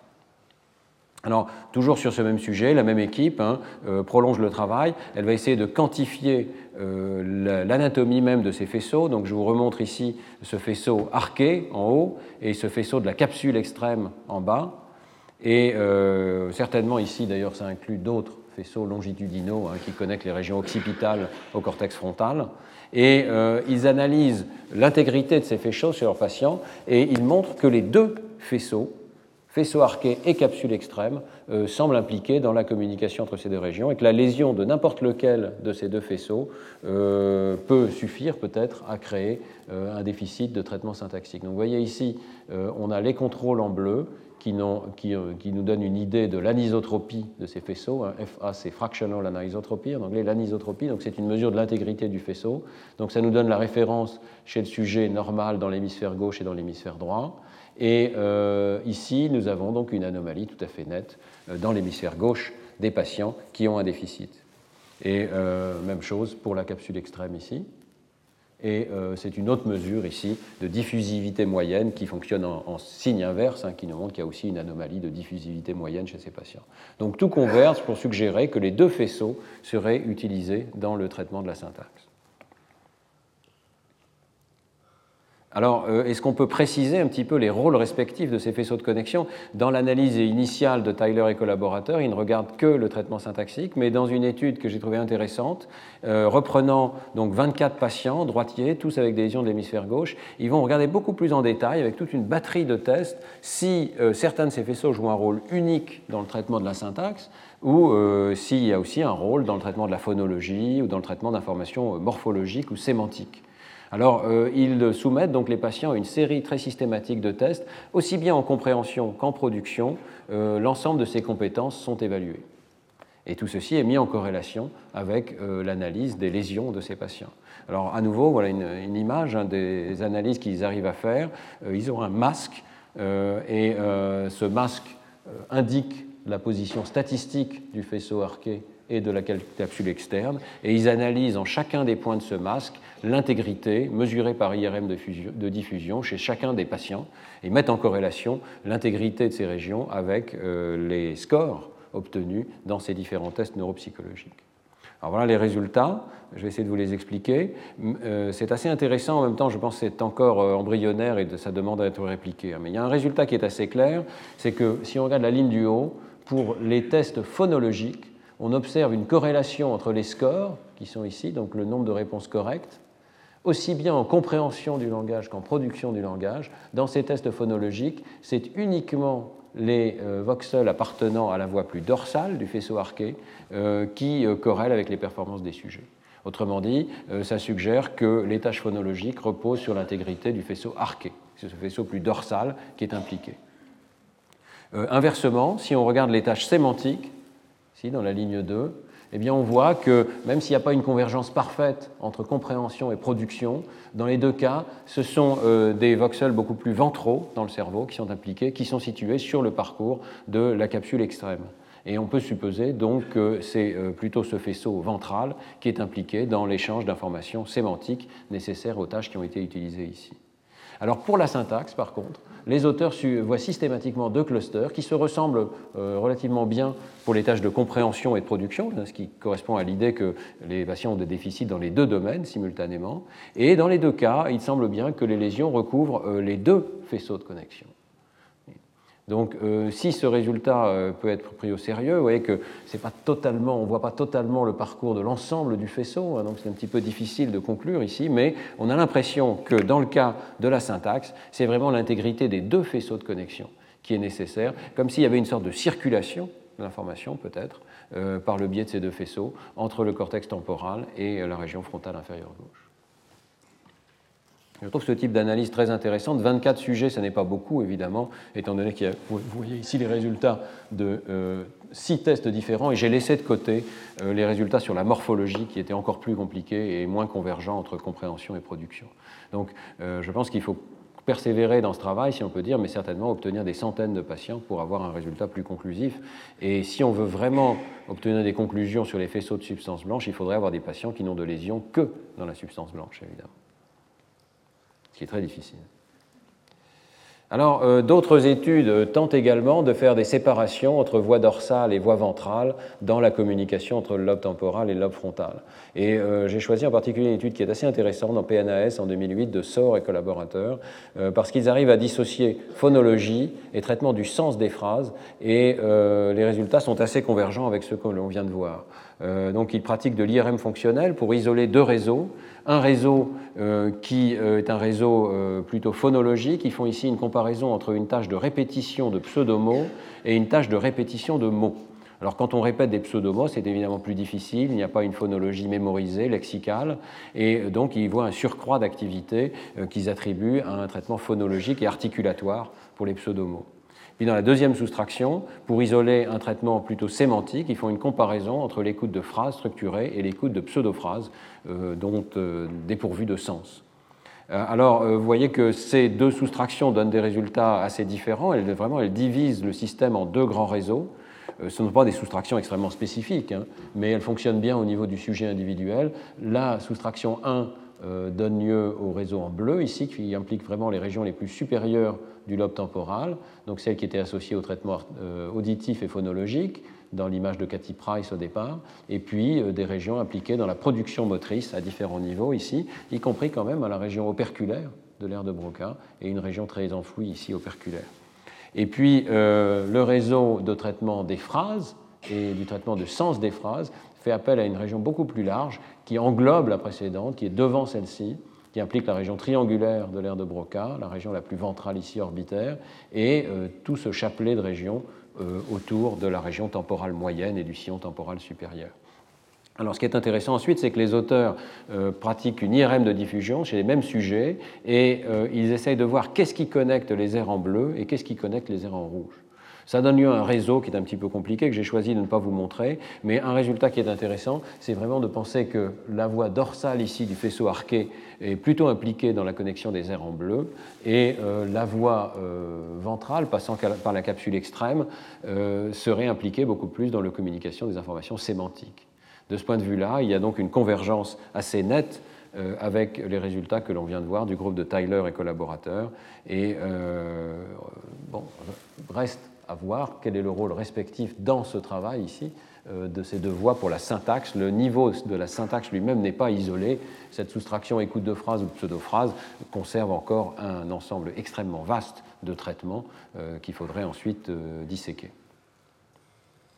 Alors, toujours sur ce même sujet, la même équipe hein, euh, prolonge le travail. Elle va essayer de quantifier euh, l'anatomie même de ces faisceaux. Donc, je vous remontre ici ce faisceau arqué en haut et ce faisceau de la capsule extrême en bas. Et euh, certainement ici, d'ailleurs, ça inclut d'autres faisceaux longitudinaux hein, qui connectent les régions occipitales au cortex frontal. Et euh, ils analysent l'intégrité de ces faisceaux sur leurs patients et ils montrent que les deux faisceaux, faisceau arqué et capsule extrême, euh, semblent impliqués dans la communication entre ces deux régions et que la lésion de n'importe lequel de ces deux faisceaux euh, peut suffire peut-être à créer euh, un déficit de traitement syntaxique. Donc vous voyez ici, euh, on a les contrôles en bleu qui, qui, qui nous donnent une idée de l'anisotropie de ces faisceaux. Hein. F A, c'est fractional anisotropy, en anglais l'anisotropie, donc c'est une mesure de l'intégrité du faisceau. Donc ça nous donne la référence chez le sujet normal dans l'hémisphère gauche et dans l'hémisphère droit. Et euh, ici, nous avons donc une anomalie tout à fait nette euh, dans l'hémisphère gauche des patients qui ont un déficit. Et euh, même chose pour la capsule extrême ici. Et euh, c'est une autre mesure ici de diffusivité moyenne qui fonctionne en, en signe inverse, hein, qui nous montre qu'il y a aussi une anomalie de diffusivité moyenne chez ces patients. Donc tout converge pour suggérer que les deux faisceaux seraient utilisés dans le traitement de la syntaxe. Alors, est-ce qu'on peut préciser un petit peu les rôles respectifs de ces faisceaux de connexion? Dans l'analyse initiale de Tyler et collaborateurs, ils ne regardent que le traitement syntaxique, mais dans une étude que j'ai trouvée intéressante, euh, reprenant donc vingt-quatre patients droitiers, tous avec des lésions de l'hémisphère gauche, ils vont regarder beaucoup plus en détail, avec toute une batterie de tests, si euh, certains de ces faisceaux jouent un rôle unique dans le traitement de la syntaxe, ou euh, s'il y a aussi un rôle dans le traitement de la phonologie, ou dans le traitement d'informations morphologiques ou sémantiques. Alors, euh, ils soumettent donc les patients à une série très systématique de tests, aussi bien en compréhension qu'en production. Euh, l'ensemble de ces compétences sont évaluées. Et tout ceci est mis en corrélation avec euh, l'analyse des lésions de ces patients. Alors, à nouveau, voilà une, une image hein, des analyses qu'ils arrivent à faire. Euh, ils ont un masque, euh, et euh, ce masque euh, indique la position statistique du faisceau arqué et de la capsule externe, et ils analysent en chacun des points de ce masque l'intégrité mesurée par I R M de, fusion, de diffusion chez chacun des patients, et mettent en corrélation l'intégrité de ces régions avec euh, les scores obtenus dans ces différents tests neuropsychologiques. Alors voilà les résultats, je vais essayer de vous les expliquer. Euh, c'est assez intéressant, en même temps je pense que c'est encore euh, embryonnaire et de, ça demande à être répliqué. Mais il y a un résultat qui est assez clair, c'est que si on regarde la ligne du haut, pour les tests phonologiques, on observe une corrélation entre les scores, qui sont ici, donc le nombre de réponses correctes, aussi bien en compréhension du langage qu'en production du langage. Dans ces tests phonologiques, c'est uniquement les euh, voxels appartenant à la voix plus dorsale du faisceau arqué euh, qui euh, corrèlent avec les performances des sujets. Autrement dit, euh, ça suggère que les tâches phonologiques reposent sur l'intégrité du faisceau arqué. C'est ce faisceau plus dorsal qui est impliqué. Euh, inversement, si on regarde les tâches sémantiques, ici dans la ligne deux, eh bien on voit que même s'il n'y a pas une convergence parfaite entre compréhension et production, dans les deux cas, ce sont euh, des voxels beaucoup plus ventraux dans le cerveau qui sont impliqués, qui sont situés sur le parcours de la capsule extrême. Et on peut supposer donc que c'est euh, plutôt ce faisceau ventral qui est impliqué dans l'échange d'informations sémantiques nécessaires aux tâches qui ont été utilisées ici. Alors pour la syntaxe, par contre, les auteurs voient systématiquement deux clusters qui se ressemblent euh, relativement bien pour les tâches de compréhension et de production, ce qui correspond à l'idée que les patients ont des déficits dans les deux domaines simultanément. Et dans les deux cas, il semble bien que les lésions recouvrent euh, les deux faisceaux de connexion. Donc, euh, si ce résultat euh, peut être pris au sérieux, vous voyez que c'est pas totalement, on ne voit pas totalement le parcours de l'ensemble du faisceau, hein, donc c'est un petit peu difficile de conclure ici, mais on a l'impression que dans le cas de la syntaxe, c'est vraiment l'intégrité des deux faisceaux de connexion qui est nécessaire, comme s'il y avait une sorte de circulation de l'information, peut-être, euh, par le biais de ces deux faisceaux, entre le cortex temporal et euh, la région frontale inférieure gauche. Je trouve ce type d'analyse très intéressante. vingt-quatre sujets, ce n'est pas beaucoup, évidemment, étant donné qu'il y a, vous voyez ici les résultats de euh, six tests différents, et j'ai laissé de côté euh, les résultats sur la morphologie, qui étaient encore plus compliqués et moins convergents entre compréhension et production. Donc, euh, je pense qu'il faut persévérer dans ce travail, si on peut dire, mais certainement obtenir des centaines de patients pour avoir un résultat plus conclusif. Et si on veut vraiment obtenir des conclusions sur les faisceaux de substance blanche, il faudrait avoir des patients qui n'ont de lésions que dans la substance blanche, évidemment. Ce qui est très difficile. Alors, euh, d'autres études tentent également de faire des séparations entre voie dorsale et voie ventrale dans la communication entre le lobe temporal et le lobe frontal. Et euh, j'ai choisi en particulier une étude qui est assez intéressante dans P N A S en deux mille huit de Sohr et collaborateurs, euh, parce qu'ils arrivent à dissocier phonologie et traitement du sens des phrases, et euh, les résultats sont assez convergents avec ceux que l'on vient de voir. Euh, donc, ils pratiquent de l'I R M fonctionnel pour isoler deux réseaux. Un réseau euh, qui euh, est un réseau euh, plutôt phonologique. Ils font ici une comparaison entre une tâche de répétition de pseudomots et une tâche de répétition de mots. Alors, quand on répète des pseudomots, c'est évidemment plus difficile, il n'y a pas une phonologie mémorisée, lexicale, et donc ils voient un surcroît d'activité euh, qu'ils attribuent à un traitement phonologique et articulatoire pour les pseudomots. Puis dans la deuxième soustraction, pour isoler un traitement plutôt sémantique, ils font une comparaison entre l'écoute de phrases structurées et l'écoute de pseudophrases euh, dont euh, dépourvues de sens. Euh, alors, euh, vous voyez que ces deux soustractions donnent des résultats assez différents. Elles, vraiment, elles divisent le système en deux grands réseaux. Euh, ce ne sont pas des soustractions extrêmement spécifiques, hein, mais elles fonctionnent bien au niveau du sujet individuel. La soustraction un euh, donne lieu au réseau en bleu, ici, qui implique vraiment les régions les plus supérieures du lobe temporal, donc celle qui était associée au traitement euh, auditif et phonologique, dans l'image de Cathy Price au départ, et puis euh, des régions impliquées dans la production motrice à différents niveaux ici, y compris quand même à la région operculaire de l'aire de Broca, et une région très enfouie ici operculaire. Et puis euh, le réseau de traitement des phrases et du traitement de sens des phrases fait appel à une région beaucoup plus large qui englobe la précédente, qui est devant celle-ci, qui implique la région triangulaire de l'aire de Broca, la région la plus ventrale ici orbitaire, et euh, tout ce chapelet de régions euh, autour de la région temporale moyenne et du sillon temporal supérieur. Alors, ce qui est intéressant ensuite, c'est que les auteurs euh, pratiquent une I R M de diffusion chez les mêmes sujets, et euh, ils essayent de voir qu'est-ce qui connecte les aires en bleu et qu'est-ce qui connecte les aires en rouge. Ça donne lieu à un réseau qui est un petit peu compliqué, que j'ai choisi de ne pas vous montrer, mais un résultat qui est intéressant, c'est vraiment de penser que la voie dorsale ici du faisceau arqué est plutôt impliquée dans la connexion des aires en bleu, et euh, la voie euh, ventrale, passant par la capsule extrême, euh, serait impliquée beaucoup plus dans la communication des informations sémantiques. De ce point de vue-là, il y a donc une convergence assez nette euh, avec les résultats que l'on vient de voir du groupe de Tyler et collaborateurs, et euh, bon, reste à voir quel est le rôle respectif dans ce travail ici euh, de ces deux voies pour la syntaxe. Le niveau de la syntaxe lui-même n'est pas isolé. Cette soustraction écoute de phrase ou pseudo-phrase conserve encore un ensemble extrêmement vaste de traitements euh, qu'il faudrait ensuite euh, disséquer.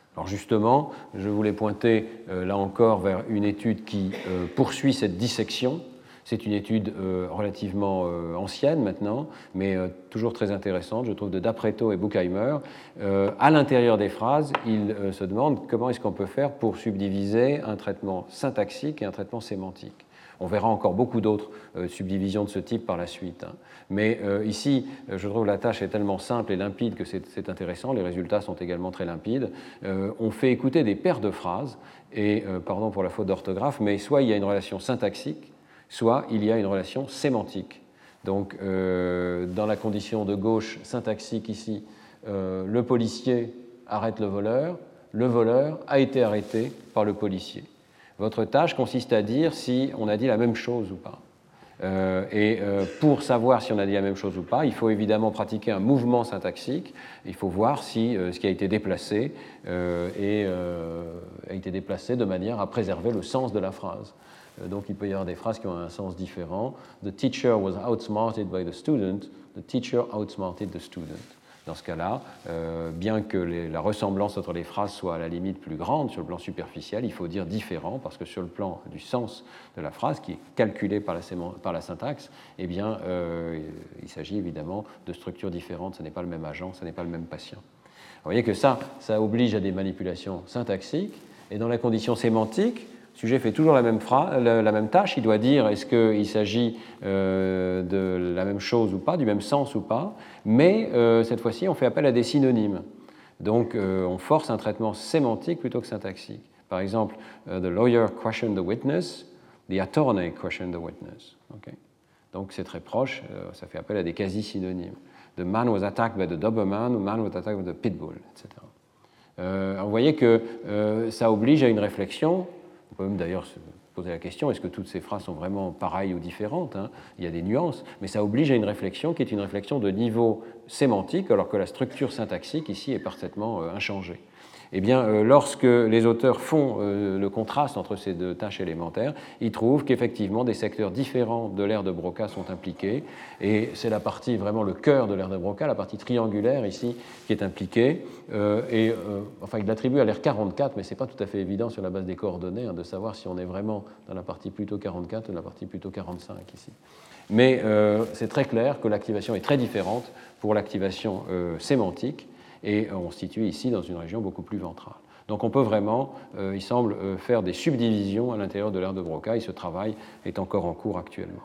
Alors justement, je voulais pointer euh, là encore vers une étude qui euh, poursuit cette dissection. C'est une étude euh, relativement euh, ancienne maintenant, mais euh, toujours très intéressante, je trouve, de D'Apreto et Buchheimer. Euh, à l'intérieur des phrases, ils euh, se demandent comment est-ce qu'on peut faire pour subdiviser un traitement syntaxique et un traitement sémantique. On verra encore beaucoup d'autres euh, subdivisions de ce type par la suite. Hein. Mais euh, ici, je trouve que la tâche est tellement simple et limpide que c'est intéressant. Les résultats sont également très limpides. Euh, on fait écouter des paires de phrases, et euh, pardon pour la faute d'orthographe, mais soit il y a une relation syntaxique, soit il y a une relation sémantique. Donc, euh, dans la condition de gauche syntaxique ici, euh, le policier arrête le voleur, le voleur a été arrêté par le policier. Votre tâche consiste à dire si on a dit la même chose ou pas. Euh, et euh, pour savoir si on a dit la même chose ou pas, il faut évidemment pratiquer un mouvement syntaxique. Il faut voir si euh, ce qui a été déplacé euh, est, euh, a été déplacé de manière à préserver le sens de la phrase. Euh, donc il peut y avoir des phrases qui ont un sens différent. The teacher was outsmarted by the student. The teacher outsmarted the student. Dans ce cas-là, euh, bien que les, la ressemblance entre les phrases soit à la limite plus grande sur le plan superficiel, il faut dire différent, parce que sur le plan du sens de la phrase, qui est calculé par la, par la syntaxe, eh bien, euh, il s'agit évidemment de structures différentes, ce n'est pas le même agent, ce n'est pas le même patient. Vous voyez que ça, ça oblige à des manipulations syntaxiques, et dans la condition sémantique, le sujet fait toujours la même, phrase, la, la même tâche, il doit dire est-ce qu'il s'agit euh, de la même chose ou pas, du même sens ou pas, mais euh, cette fois-ci on fait appel à des synonymes. Donc euh, on force un traitement sémantique plutôt que syntaxique. Par exemple, uh, the lawyer questioned the witness, the attorney questioned the witness. Okay. Donc c'est très proche, euh, ça fait appel à des quasi-synonymes. The man was attacked by the Doberman, the man was attacked by the pitbull, et cetera. Euh, vous voyez que euh, ça oblige à une réflexion. On peut même d'ailleurs se poser la question, est-ce que toutes ces phrases sont vraiment pareilles ou différentes, hein? Il y a des nuances, mais ça oblige à une réflexion qui est une réflexion de niveau sémantique, alors que la structure syntaxique ici est parfaitement euh, inchangée. Eh bien, euh, lorsque les auteurs font euh, le contraste entre ces deux tâches élémentaires, ils trouvent qu'effectivement des secteurs différents de l'aire de Broca sont impliqués, et c'est la partie, vraiment le cœur de l'aire de Broca, la partie triangulaire ici, qui est impliquée, euh, et euh, enfin il l'attribue à l'aire quarante-quatre, mais ce n'est pas tout à fait évident sur la base des coordonnées hein, de savoir si on est vraiment dans la partie plutôt quarante-quatre ou la partie plutôt quarante-cinq ici. Mais euh, c'est très clair que l'activation est très différente pour l'activation euh, sémantique, et on se situe ici dans une région beaucoup plus ventrale. Donc on peut vraiment, euh, il semble, euh, faire des subdivisions à l'intérieur de l'aire de Broca, et ce travail est encore en cours actuellement.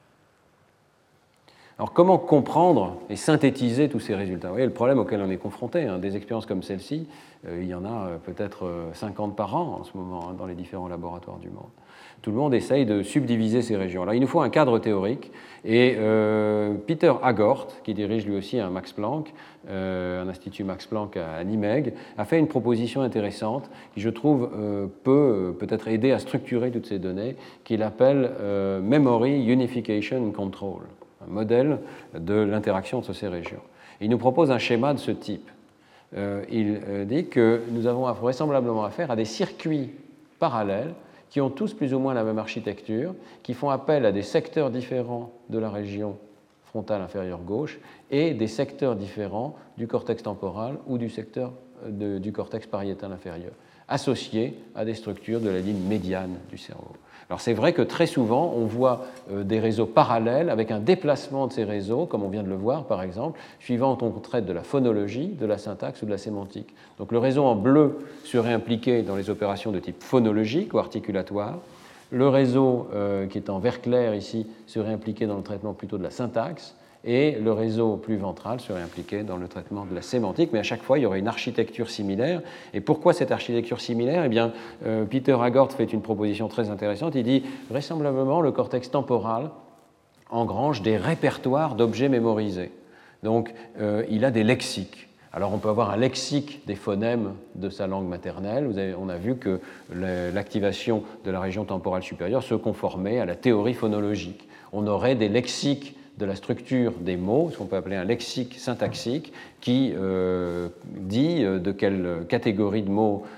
Alors comment comprendre et synthétiser tous ces résultats? Vous voyez le problème auquel on est confronté, hein, des expériences comme celle-ci, euh, il y en a euh, peut-être euh, cinquante par an en ce moment hein, dans les différents laboratoires du monde. Tout le monde essaye de subdiviser ces régions. Alors il nous faut un cadre théorique, et euh, Peter Agort, qui dirige lui aussi un Max Planck, euh, un institut Max Planck à, à Nimègue, a fait une proposition intéressante qui, je trouve, euh, peut peut-être aider à structurer toutes ces données, qu'il appelle euh, Memory Unification Control, un modèle de l'interaction entre ces régions. Il nous propose un schéma de ce type. Euh, il euh, dit que nous avons vraisemblablement affaire à des circuits parallèles qui ont tous plus ou moins la même architecture, qui font appel à des secteurs différents de la région frontale inférieure gauche et des secteurs différents du cortex temporal ou du secteur de, du cortex pariétal inférieur, associés à des structures de la ligne médiane du cerveau. Alors c'est vrai que très souvent, on voit euh, des réseaux parallèles avec un déplacement de ces réseaux, comme on vient de le voir par exemple, suivant qu'on traite de la phonologie, de la syntaxe ou de la sémantique. Donc le réseau en bleu serait impliqué dans les opérations de type phonologique ou articulatoire. Le réseau euh, qui est en vert clair ici serait impliqué dans le traitement plutôt de la syntaxe, et le réseau plus ventral serait impliqué dans le traitement de la sémantique, mais à chaque fois, il y aurait une architecture similaire. Et pourquoi cette architecture similaire? Eh bien, euh, Peter Agort fait une proposition très intéressante. Il dit, vraisemblablement, le cortex temporal engrange des répertoires d'objets mémorisés. Donc, euh, il a des lexiques. Alors, on peut avoir un lexique des phonèmes de sa langue maternelle. Vous avez, on a vu que l'activation de la région temporale supérieure se conformait à la théorie phonologique. On aurait des lexiques de la structure des mots, ce qu'on peut appeler un lexique syntaxique, qui euh, dit de quelle catégorie de mots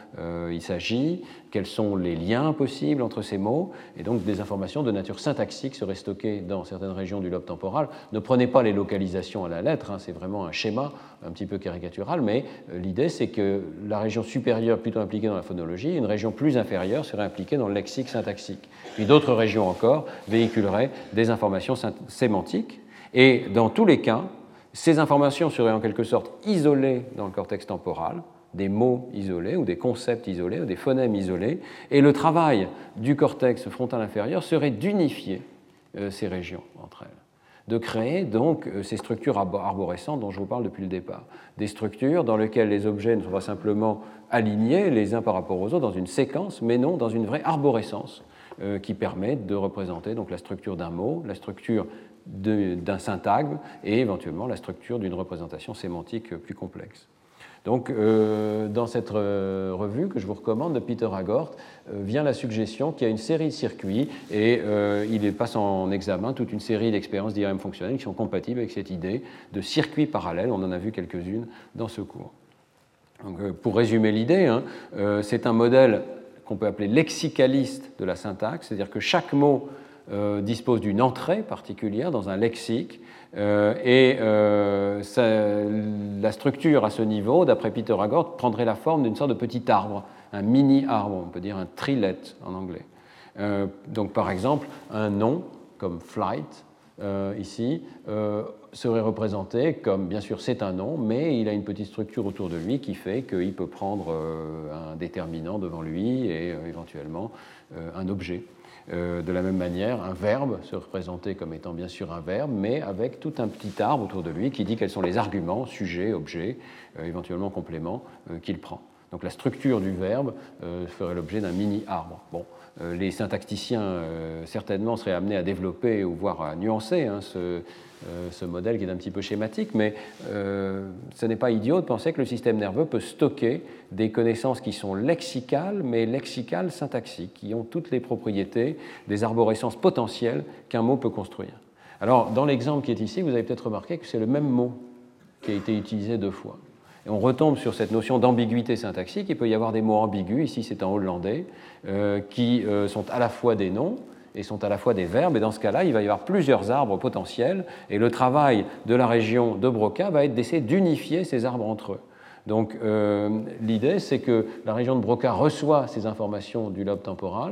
euh, il s'agit, quels sont les liens possibles entre ces mots, et donc des informations de nature syntaxique seraient stockées dans certaines régions du lobe temporal. Ne prenez pas les localisations à la lettre, hein, c'est vraiment un schéma un petit peu caricatural, mais euh, l'idée c'est que la région supérieure plutôt impliquée dans la phonologie, une région plus inférieure serait impliquée dans le lexique syntaxique. Puis d'autres régions encore véhiculeraient des informations sémantiques, et dans tous les cas, ces informations seraient en quelque sorte isolées dans le cortex temporal, des mots isolés ou des concepts isolés ou des phonèmes isolés, et le travail du cortex frontal inférieur serait d'unifier euh, ces régions entre elles, de créer donc euh, ces structures arborescentes dont je vous parle depuis le départ, des structures dans lesquelles les objets ne sont pas simplement alignés les uns par rapport aux autres dans une séquence, mais non dans une vraie arborescence euh, qui permet de représenter donc la structure d'un mot, la structure d'un syntagme et éventuellement la structure d'une représentation sémantique plus complexe. Donc, euh, dans cette euh, revue que je vous recommande de Peter Agort, euh, vient la suggestion qu'il y a une série de circuits et euh, il passe en examen toute une série d'expériences d'I R M fonctionnelles qui sont compatibles avec cette idée de circuits parallèles. On en a vu quelques-unes dans ce cours. Donc, euh, pour résumer l'idée, hein, euh, c'est un modèle qu'on peut appeler lexicaliste de la syntaxe, c'est-à-dire que chaque mot Euh, dispose d'une entrée particulière dans un lexique euh, et euh, ça, la structure à ce niveau, d'après Peter Agort, prendrait la forme d'une sorte de petit arbre, un mini-arbre, on peut dire un trillet en anglais. Euh, donc par exemple, un nom comme flight, euh, ici, euh, serait représenté comme, bien sûr c'est un nom, mais il a une petite structure autour de lui qui fait qu'il peut prendre euh, un déterminant devant lui et euh, éventuellement euh, un objet. Euh, de la même manière, un verbe se représentait comme étant bien sûr un verbe, mais avec tout un petit arbre autour de lui qui dit quels sont les arguments, sujets, objets, euh, éventuellement compléments, euh, qu'il prend. Donc la structure du verbe euh, ferait l'objet d'un mini-arbre. Bon, euh, les syntaxticiens euh, certainement seraient amenés à développer ou voire à nuancer hein, ce, euh, ce modèle qui est un petit peu schématique, mais euh, ce n'est pas idiot de penser que le système nerveux peut stocker des connaissances qui sont lexicales, mais lexicales syntaxiques, qui ont toutes les propriétés des arborescences potentielles qu'un mot peut construire. Alors, dans l'exemple qui est ici, vous avez peut-être remarqué que c'est le même mot qui a été utilisé deux fois. Et on retombe sur cette notion d'ambiguïté syntaxique. Il peut y avoir des mots ambigus, ici c'est en hollandais, euh, qui euh, sont à la fois des noms et sont à la fois des verbes, et dans ce cas-là, il va y avoir plusieurs arbres potentiels, et le travail de la région de Broca va être d'essayer d'unifier ces arbres entre eux. Donc euh, l'idée, c'est que la région de Broca reçoit ces informations du lobe temporal,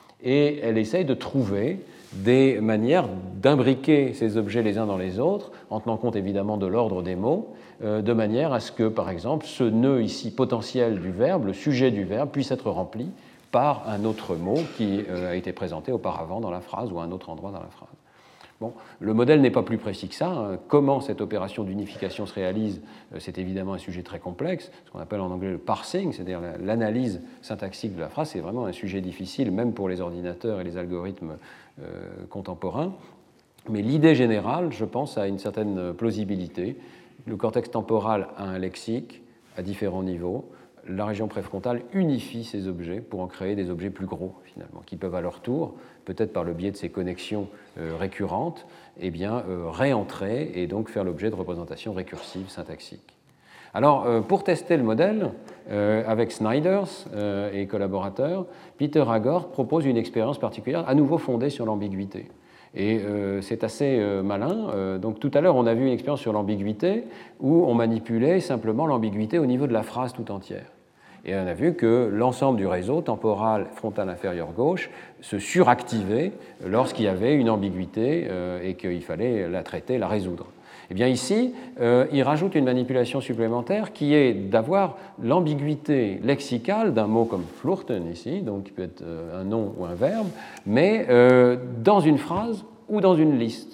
et elle essaye de trouver des manières d'imbriquer ces objets les uns dans les autres, en tenant compte évidemment de l'ordre des mots, euh, de manière à ce que, par exemple, ce nœud ici potentiel du verbe, le sujet du verbe, puisse être rempli par un autre mot qui euh, a été présenté auparavant dans la phrase ou à un autre endroit dans la phrase. Bon, le modèle n'est pas plus précis que ça. Hein. Comment cette opération d'unification se réalise, euh, c'est évidemment un sujet très complexe, ce qu'on appelle en anglais le parsing, c'est-à-dire l'analyse syntaxique de la phrase. C'est vraiment un sujet difficile, même pour les ordinateurs et les algorithmes euh, contemporains. Mais l'idée générale, je pense, a une certaine plausibilité. Le cortex temporal a un lexique à différents niveaux. La région préfrontale unifie ces objets pour en créer des objets plus gros, finalement, qui peuvent à leur tour, peut-être par le biais de ces connexions euh, récurrentes, eh bien, euh, réentrer et donc faire l'objet de représentations récursives syntaxiques. Alors, euh, pour tester le modèle, euh, avec Snyders euh, et collaborateurs, Peter Agort propose une expérience particulière, à nouveau fondée sur l'ambiguïté. Et euh, c'est assez euh, malin. Euh, donc tout à l'heure, on a vu une expérience sur l'ambiguïté où on manipulait simplement l'ambiguïté au niveau de la phrase tout entière. Et on a vu que l'ensemble du réseau temporal frontal inférieur gauche se suractivait lorsqu'il y avait une ambiguïté euh, et qu'il fallait la traiter, la résoudre. Eh bien ici, euh, il rajoute une manipulation supplémentaire qui est d'avoir l'ambiguïté lexicale d'un mot comme flirten ici, donc qui peut être un nom ou un verbe, mais euh, dans une phrase ou dans une liste.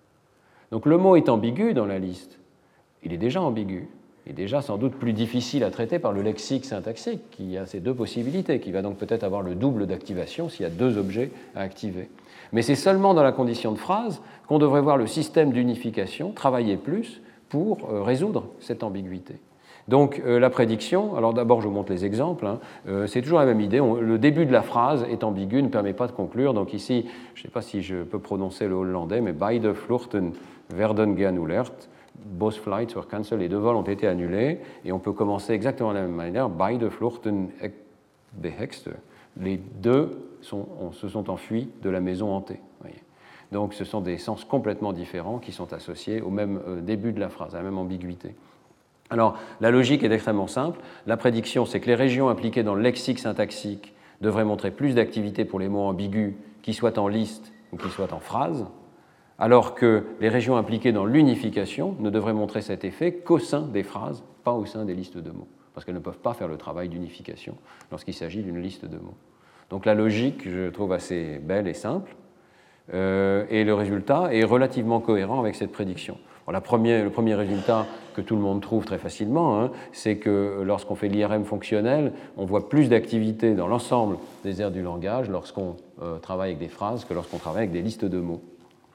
Donc le mot est ambigu dans la liste, il est déjà ambigu, il est déjà sans doute plus difficile à traiter par le lexique syntaxique, qui a ces deux possibilités, qui va donc peut-être avoir le double d'activation s'il y a deux objets à activer. Mais c'est seulement dans la condition de phrase qu'on devrait voir le système d'unification travailler plus pour euh, résoudre cette ambiguïté. Donc euh, la prédiction, alors d'abord je vous montre les exemples, hein, euh, c'est toujours la même idée, on, le début de la phrase est ambigu, ne permet pas de conclure, donc ici, je ne sais pas si je peux prononcer le hollandais, mais beide vluchten werden geannullert, both flights were cancelled, les deux vols ont été annulés, et on peut commencer exactement de la même manière, beide vluchten Behext, les deux sont, on, se sont enfuis de la maison hantée. Voyez. Donc ce sont des sens complètement différents qui sont associés au même euh, début de la phrase, à la même ambiguïté. Alors, la logique est extrêmement simple. La prédiction, c'est que les régions impliquées dans le lexique syntaxique devraient montrer plus d'activité pour les mots ambigus, qu'ils soient en liste ou qu'ils soient en phrase, alors que les régions impliquées dans l'unification ne devraient montrer cet effet qu'au sein des phrases, pas au sein des listes de mots, parce qu'elles ne peuvent pas faire le travail d'unification lorsqu'il s'agit d'une liste de mots. Donc la logique, je trouve assez belle et simple, euh, et le résultat est relativement cohérent avec cette prédiction. Bon, la première, le premier résultat que tout le monde trouve très facilement, hein, c'est que lorsqu'on fait l'I R M fonctionnel, on voit plus d'activité dans l'ensemble des aires du langage lorsqu'on euh, travaille avec des phrases que lorsqu'on travaille avec des listes de mots.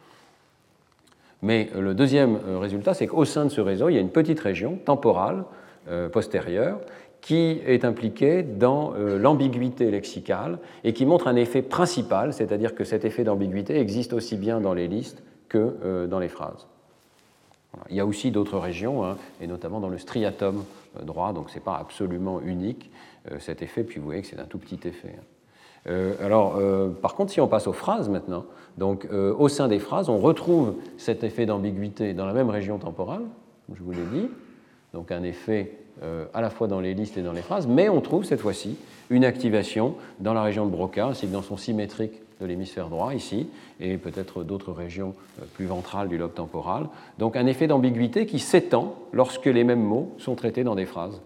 Mais euh, le deuxième euh, résultat, c'est qu'au sein de ce réseau, il y a une petite région temporale euh, postérieure qui est impliquée dans euh, l'ambiguïté lexicale et qui montre un effet principal, c'est-à-dire que cet effet d'ambiguïté existe aussi bien dans les listes que euh, dans les phrases. Il y a aussi d'autres régions, hein, et notamment dans le striatum droit, donc ce n'est pas absolument unique euh, cet effet, puis vous voyez que c'est un tout petit effet. Euh, alors, euh, par contre, si on passe aux phrases maintenant, donc euh, au sein des phrases, on retrouve cet effet d'ambiguïté dans la même région temporale, comme je vous l'ai dit, donc un effet euh, à la fois dans les listes et dans les phrases, mais on trouve cette fois-ci une activation dans la région de Broca, ainsi que dans son symétrique de l'hémisphère droit ici, et peut-être d'autres régions plus ventrales du lobe temporal. Donc un effet d'ambiguïté qui s'étend lorsque les mêmes mots sont traités dans des phrases.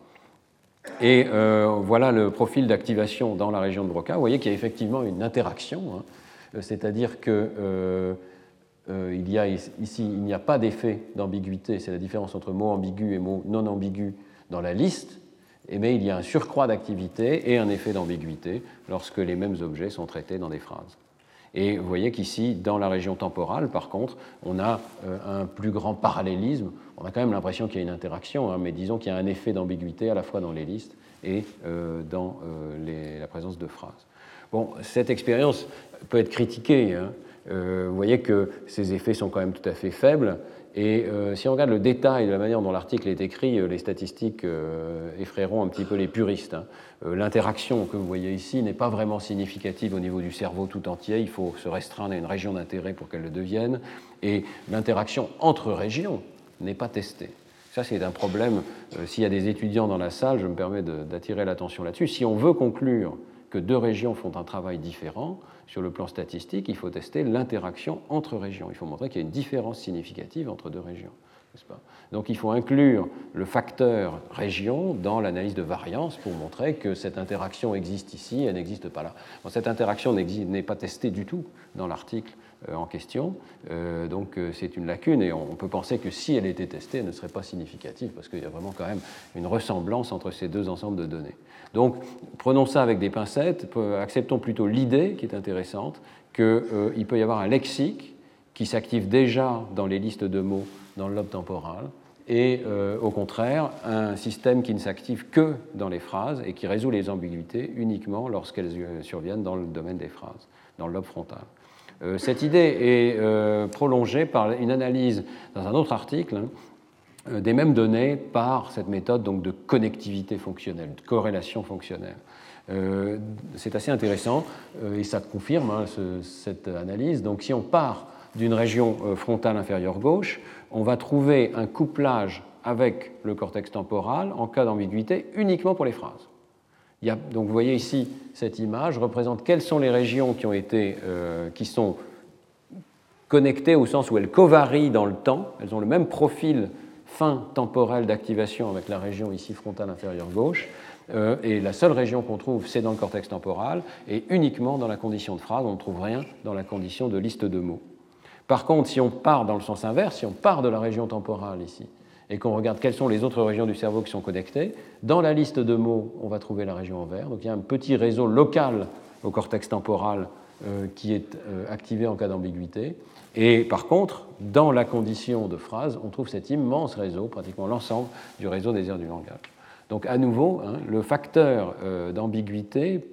Et euh, voilà le profil d'activation dans la région de Broca. Vous voyez qu'il y a effectivement une interaction, hein, c'est-à-dire qu'il euh, euh, y a ici, il n'y a pas d'effet d'ambiguïté, c'est la différence entre mots ambigus et mots non ambigus dans la liste, mais il y a un surcroît d'activité et un effet d'ambiguïté lorsque les mêmes objets sont traités dans des phrases. Et vous voyez qu'ici, dans la région temporale, par contre, on a euh, un plus grand parallélisme. On a quand même l'impression qu'il y a une interaction, hein, mais disons qu'il y a un effet d'ambiguïté à la fois dans les listes et euh, dans euh, les, la présence de phrases. Bon, cette expérience peut être critiquée. Hein. Euh, vous voyez que ces effets sont quand même tout à fait faibles. Et euh, si on regarde le détail de la manière dont l'article est écrit, euh, les statistiques euh, effrayeront un petit peu les puristes. Hein. Euh, l'interaction que vous voyez ici n'est pas vraiment significative au niveau du cerveau tout entier. Il faut se restreindre à une région d'intérêt pour qu'elle le devienne. Et l'interaction entre régions n'est pas testée. Ça, c'est un problème. Euh, s'il y a des étudiants dans la salle, je me permets de, d'attirer l'attention là-dessus. Si on veut conclure que deux régions font un travail différent, sur le plan statistique, il faut tester l'interaction entre régions. Il faut montrer qu'il y a une différence significative entre deux régions. N'est-ce pas ? Donc il faut inclure le facteur région dans l'analyse de variance pour montrer que cette interaction existe ici, elle n'existe pas là. Bon, cette interaction n'est pas testée du tout dans l'article euh, en question, euh, donc euh, c'est une lacune et on, on peut penser que si elle était testée, elle ne serait pas significative parce qu'il y a vraiment quand même une ressemblance entre ces deux ensembles de données. Donc prenons ça avec des pincettes, acceptons plutôt l'idée qui est intéressante qu'il euh, peut y avoir un lexique qui s'active déjà dans les listes de mots dans le lobe temporal, et euh, au contraire, un système qui ne s'active que dans les phrases et qui résout les ambiguïtés uniquement lorsqu'elles surviennent dans le domaine des phrases, dans le lobe frontal. Euh, cette idée est euh, prolongée par une analyse dans un autre article hein, euh, des mêmes données par cette méthode donc, de connectivité fonctionnelle, de corrélation fonctionnelle. Euh, c'est assez intéressant euh, et ça confirme hein, ce, cette analyse. Donc si on part d'une région frontale inférieure gauche, on va trouver un couplage avec le cortex temporal en cas d'ambiguïté uniquement pour les phrases. Il y a, donc vous voyez ici, cette image représente quelles sont les régions qui, ont été, euh, qui sont connectées au sens où elles covarient dans le temps, elles ont le même profil fin temporel d'activation avec la région ici frontale inférieure gauche, euh, et la seule région qu'on trouve, c'est dans le cortex temporal, et uniquement dans la condition de phrase, on ne trouve rien dans la condition de liste de mots. Par contre, si on part dans le sens inverse, si on part de la région temporale ici, et qu'on regarde quelles sont les autres régions du cerveau qui sont connectées, dans la liste de mots, on va trouver la région en vert. Donc il y a un petit réseau local au cortex temporal euh, qui est euh, activé en cas d'ambiguïté. Et par contre, dans la condition de phrase, on trouve cet immense réseau, pratiquement l'ensemble du réseau des aires du langage. Donc à nouveau, hein, le facteur euh, d'ambiguïté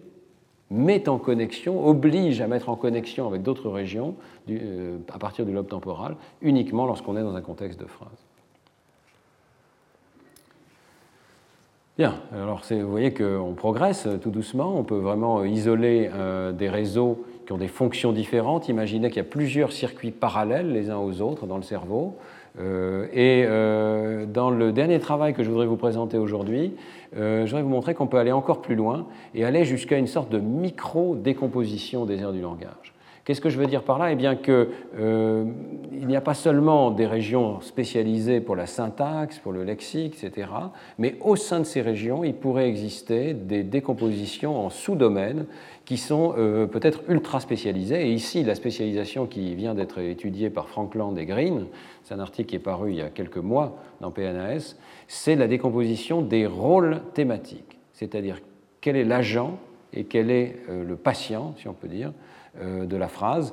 met en connexion, oblige à mettre en connexion avec d'autres régions du, euh, à partir du lobe temporal, uniquement lorsqu'on est dans un contexte de phrase. Bien, alors vous voyez qu'on progresse tout doucement, on peut vraiment isoler euh, des réseaux qui ont des fonctions différentes. Imaginez qu'il y a plusieurs circuits parallèles les uns aux autres dans le cerveau. Euh, et euh, dans le dernier travail que je voudrais vous présenter aujourd'hui, euh, je voudrais vous montrer qu'on peut aller encore plus loin et aller jusqu'à une sorte de micro-décomposition des aires du langage. Qu'est-ce que je veux dire par là? Eh bien qu'il euh, n'y a pas seulement des régions spécialisées pour la syntaxe, pour le lexique, et cetera, mais au sein de ces régions, il pourrait exister des décompositions en sous-domaines qui sont euh, peut-être ultra spécialisées. Et ici, la spécialisation qui vient d'être étudiée par Frankland et Green, c'est un article qui est paru il y a quelques mois dans P N A S, c'est la décomposition des rôles thématiques, c'est-à-dire quel est l'agent et quel est euh, le patient, si on peut dire, de la phrase.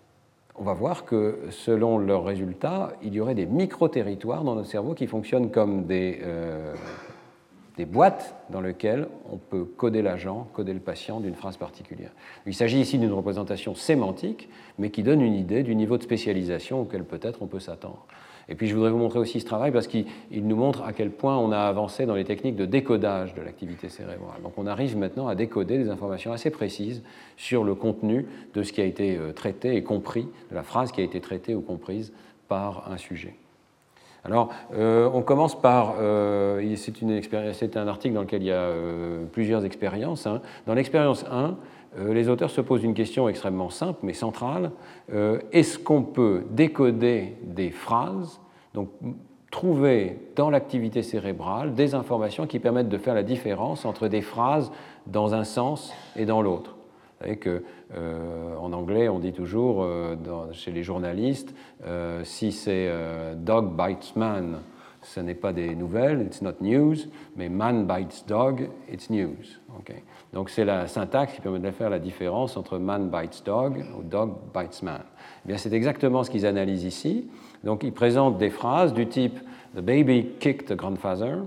On va voir que selon leurs résultats, il y aurait des micro-territoires dans notre cerveau qui fonctionnent comme des, euh, des boîtes dans lesquelles on peut coder l'agent, coder le patient d'une phrase particulière. Il s'agit ici d'une représentation sémantique, mais qui donne une idée du niveau de spécialisation auquel peut-être on peut s'attendre. Et puis je voudrais vous montrer aussi ce travail parce qu'il nous montre à quel point on a avancé dans les techniques de décodage de l'activité cérébrale. Donc on arrive maintenant à décoder des informations assez précises sur le contenu de ce qui a été traité et compris, de la phrase qui a été traitée ou comprise par un sujet. Alors, euh, on commence par, euh, c'est un article dans lequel il y a euh, plusieurs expériences. Hein. Dans l'expérience un, euh, les auteurs se posent une question extrêmement simple mais centrale. Euh, est-ce qu'on peut décoder des phrases, donc trouver dans l'activité cérébrale des informations qui permettent de faire la différence entre des phrases dans un sens et dans l'autre? Vous savez qu'en euh, anglais, on dit toujours, euh, dans, chez les journalistes, euh, si c'est euh, dog bites man, ce n'est pas des nouvelles, it's not news, mais man bites dog, it's news. Okay. Donc c'est la syntaxe qui permet de faire la différence entre man bites dog ou dog bites man. Eh bien, c'est exactement ce qu'ils analysent ici. Donc ils présentent des phrases du type The baby kicked the grandfather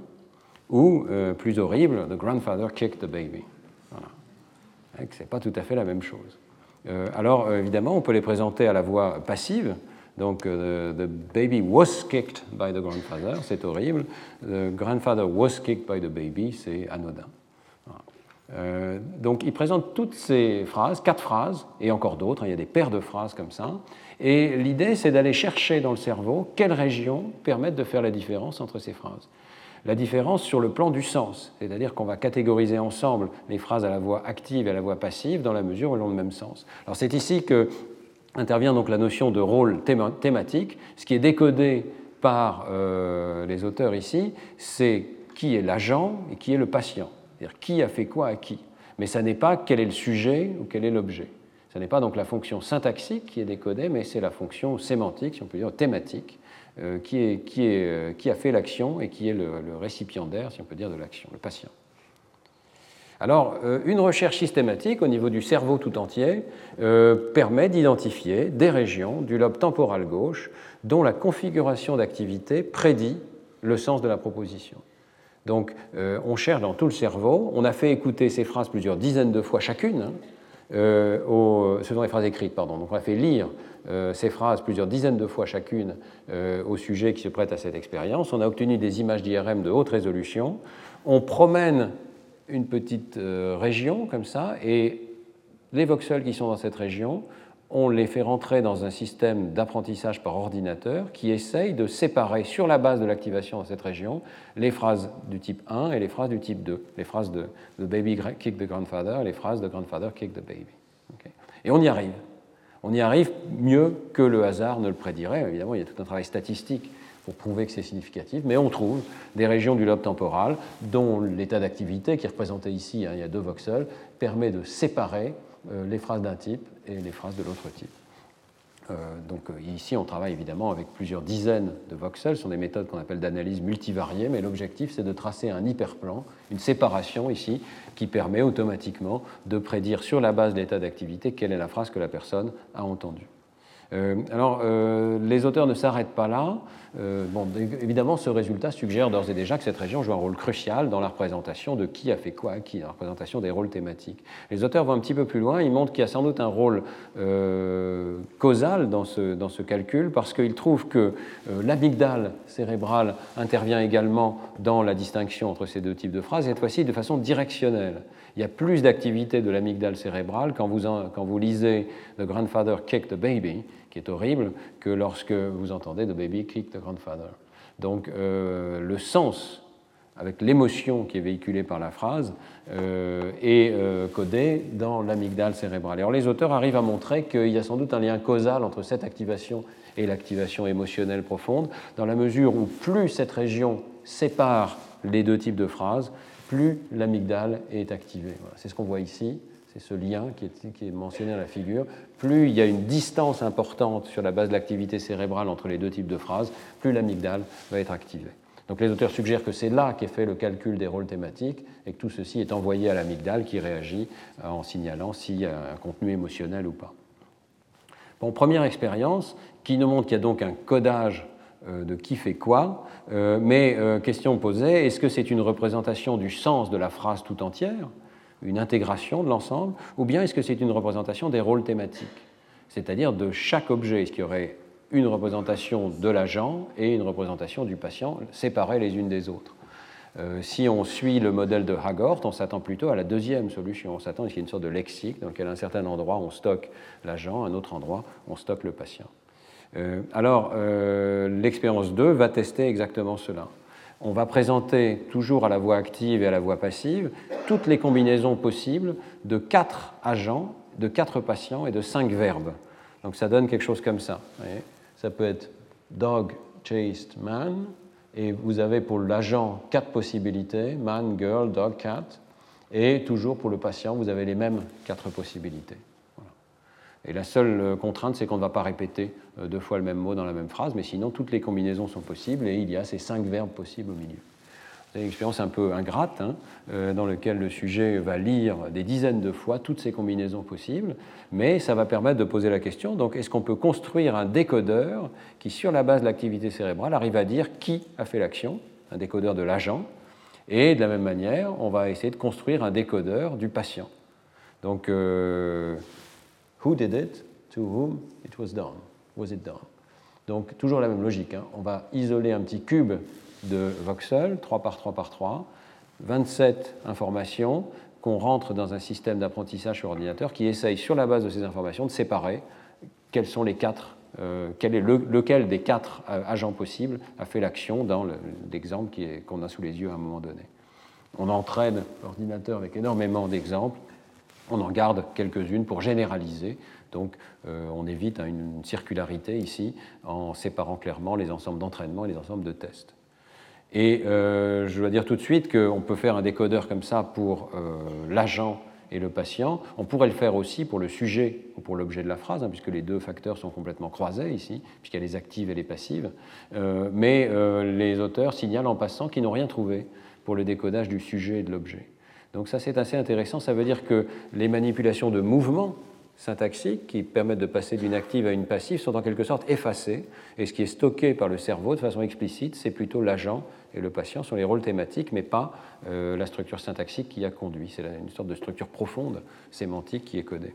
ou, euh, plus horrible, The grandfather kicked the baby. Voilà. Ce n'est pas tout à fait la même chose. Euh, alors, évidemment, on peut les présenter à la voix passive. Donc, uh, the baby was kicked by the grandfather, c'est horrible. The grandfather was kicked by the baby, c'est anodin. Voilà. Euh, donc, ils présentent toutes ces phrases, quatre phrases, et encore d'autres, hein, il y a des paires de phrases comme ça. Et l'idée, c'est d'aller chercher dans le cerveau quelles régions permettent de faire la différence entre ces phrases. La différence sur le plan du sens, c'est-à-dire qu'on va catégoriser ensemble les phrases à la voix active et à la voix passive dans la mesure où elles ont le même sens. Alors c'est ici que intervient donc la notion de rôle thématique. Ce qui est décodé par euh, les auteurs ici, c'est qui est l'agent et qui est le patient, c'est-à-dire qui a fait quoi à qui. Mais ça n'est pas quel est le sujet ou quel est l'objet. Ce n'est pas donc la fonction syntaxique qui est décodée, mais c'est la fonction sémantique, si on peut dire thématique, Euh, qui, est, qui, est, euh, qui a fait l'action et qui est le, le récipiendaire, si on peut dire, de l'action, le patient. Alors, euh, une recherche systématique au niveau du cerveau tout entier euh, permet d'identifier des régions du lobe temporal gauche dont la configuration d'activité prédit le sens de la proposition. Donc, euh, on cherche dans tout le cerveau, on a fait écouter ces phrases plusieurs dizaines de fois chacune, hein, euh, au, ce sont les phrases écrites, pardon, donc on a fait lire Euh, ces phrases plusieurs dizaines de fois chacune euh, au sujet qui se prête à cette expérience. On a obtenu des images d'I R M de haute résolution. On promène une petite euh, région comme ça et les voxels qui sont dans cette région, on les fait rentrer dans un système d'apprentissage par ordinateur qui essaye de séparer sur la base de l'activation dans cette région les phrases du type un et les phrases du type deux, les phrases de The baby kicked the grandfather et les phrases de Grandfather kicked the baby. Okay. Et on y arrive. On y arrive mieux que le hasard ne le prédirait. Évidemment, il y a tout un travail statistique pour prouver que c'est significatif, mais on trouve des régions du lobe temporal dont l'état d'activité, qui est représenté ici, hein, il y a deux voxels, permet de séparer euh, les phrases d'un type et les phrases de l'autre type. Euh, donc euh, ici, on travaille évidemment avec plusieurs dizaines de voxels. Ce sont des méthodes qu'on appelle d'analyse multivariée, mais l'objectif, c'est de tracer un hyperplan, une séparation ici, qui permet automatiquement de prédire sur la base de l'état d'activité quelle est la phrase que la personne a entendue. Euh, alors, euh, les auteurs ne s'arrêtent pas là. Euh, bon, évidemment, ce résultat suggère d'ores et déjà que cette région joue un rôle crucial dans la représentation de qui a fait quoi à qui, la représentation des rôles thématiques. Les auteurs vont un petit peu plus loin, ils montrent qu'il y a sans doute un rôle euh, causal dans ce, dans ce calcul, parce qu'ils trouvent que euh, l'amygdale cérébrale intervient également dans la distinction entre ces deux types de phrases, et cette fois-ci de façon directionnelle. Il y a plus d'activité de l'amygdale cérébrale quand vous, en, quand vous lisez « The grandfather kicked the baby », qui est horrible, que lorsque vous entendez « The baby kicked the grandfather ». Donc euh, le sens, avec l'émotion qui est véhiculée par la phrase, euh, est euh, codé dans l'amygdale cérébrale. Alors les auteurs arrivent à montrer qu'il y a sans doute un lien causal entre cette activation et l'activation émotionnelle profonde, dans la mesure où plus cette région sépare les deux types de phrases, plus l'amygdale est activée. Voilà, c'est ce qu'on voit ici. C'est ce lien qui est, qui est mentionné dans la figure. Plus il y a une distance importante sur la base de l'activité cérébrale entre les deux types de phrases, plus l'amygdale va être activée. Donc les auteurs suggèrent que c'est là qu'est fait le calcul des rôles thématiques et que tout ceci est envoyé à l'amygdale qui réagit en signalant s'il y a un contenu émotionnel ou pas. Bon, première expérience qui nous montre qu'il y a donc un codage de qui fait quoi, euh, mais euh, question posée, est-ce que c'est une représentation du sens de la phrase tout entière, une intégration de l'ensemble, ou bien est-ce que c'est une représentation des rôles thématiques, c'est-à-dire de chaque objet, est-ce qu'il y aurait une représentation de l'agent et une représentation du patient séparées les unes des autres. Euh, si on suit le modèle de Hagort, on s'attend plutôt à la deuxième solution, on s'attend à ce qu'il y ait une sorte de lexique dans lequel à un certain endroit on stocke l'agent, à un autre endroit on stocke le patient. Euh, alors, euh, l'expérience deux va tester exactement cela. On va présenter toujours à la voix active et à la voix passive toutes les combinaisons possibles de quatre agents, de quatre patients et de cinq verbes. Donc ça donne quelque chose comme ça. Vous voyez, ça peut être dog chased man, et vous avez pour l'agent quatre possibilités, man, girl, dog, cat, et toujours pour le patient, vous avez les mêmes quatre possibilités. Et la seule contrainte, c'est qu'on ne va pas répéter deux fois le même mot dans la même phrase, mais sinon, toutes les combinaisons sont possibles et il y a ces cinq verbes possibles au milieu. C'est une expérience un peu ingrate, hein, euh, dans laquelle le sujet va lire des dizaines de fois toutes ces combinaisons possibles, mais ça va permettre de poser la question, donc est-ce qu'on peut construire un décodeur qui, sur la base de l'activité cérébrale, arrive à dire qui a fait l'action, un décodeur de l'agent, et de la même manière, on va essayer de construire un décodeur du patient. Donc, euh, who did it, to whom it was done, was it done. Donc toujours la même logique, hein. On va isoler un petit cube de voxels, trois par trois par trois, vingt-sept informations qu'on rentre dans un système d'apprentissage sur ordinateur qui essaye sur la base de ces informations de séparer quels sont les quatre, euh, quel est le, lequel des quatre euh, agents possibles a fait l'action dans le, l'exemple qui est, qu'on a sous les yeux à un moment donné. On entraîne l'ordinateur avec énormément d'exemples. On en garde quelques-unes pour généraliser, donc euh, on évite hein, une circularité ici en séparant clairement les ensembles d'entraînement et les ensembles de tests. Et euh, je dois dire tout de suite qu'on peut faire un décodeur comme ça pour euh, l'agent et le patient. On pourrait le faire aussi pour le sujet ou pour l'objet de la phrase, hein, puisque les deux facteurs sont complètement croisés ici, puisqu'il y a les actives et les passives. Euh, mais euh, les auteurs signalent en passant qu'ils n'ont rien trouvé pour le décodage du sujet et de l'objet. Donc ça, c'est assez intéressant. Ça veut dire que les manipulations de mouvements syntaxiques qui permettent de passer d'une active à une passive sont en quelque sorte effacées. Et ce qui est stocké par le cerveau de façon explicite, c'est plutôt l'agent et le patient sont les rôles thématiques, mais pas euh, la structure syntaxique qui a conduit. C'est une sorte de structure profonde sémantique qui est codée.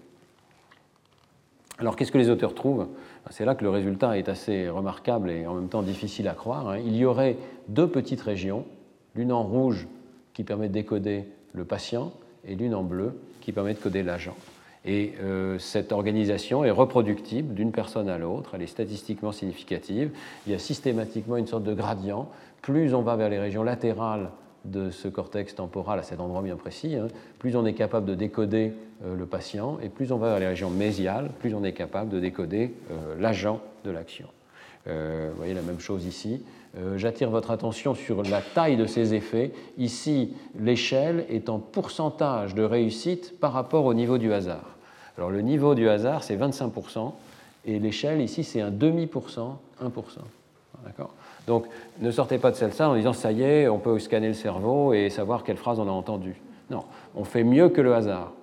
Alors, qu'est-ce que les auteurs trouvent ? C'est là que le résultat est assez remarquable et en même temps difficile à croire. Il y aurait deux petites régions, l'une en rouge qui permet de décoder le patient et l'une en bleu qui permet de coder l'agent. Et euh, cette organisation est reproductible d'une personne à l'autre, elle est statistiquement significative, il y a systématiquement une sorte de gradient, plus on va vers les régions latérales de ce cortex temporal à cet endroit bien précis, hein, plus on est capable de décoder euh, le patient, et plus on va vers les régions mésiales, plus on est capable de décoder euh, l'agent de l'action. Euh, vous voyez la même chose ici. Euh, j'attire votre attention sur la taille de ces effets. Ici, l'échelle est en pourcentage de réussite par rapport au niveau du hasard. Alors le niveau du hasard, c'est vingt-cinq pour cent, et l'échelle ici, c'est un demi pour cent, un pour cent. D'accord ? Donc ne sortez pas de celle-là en disant « ça y est, on peut scanner le cerveau et savoir quelle phrase on a entendue ». Non, on fait mieux que le hasard.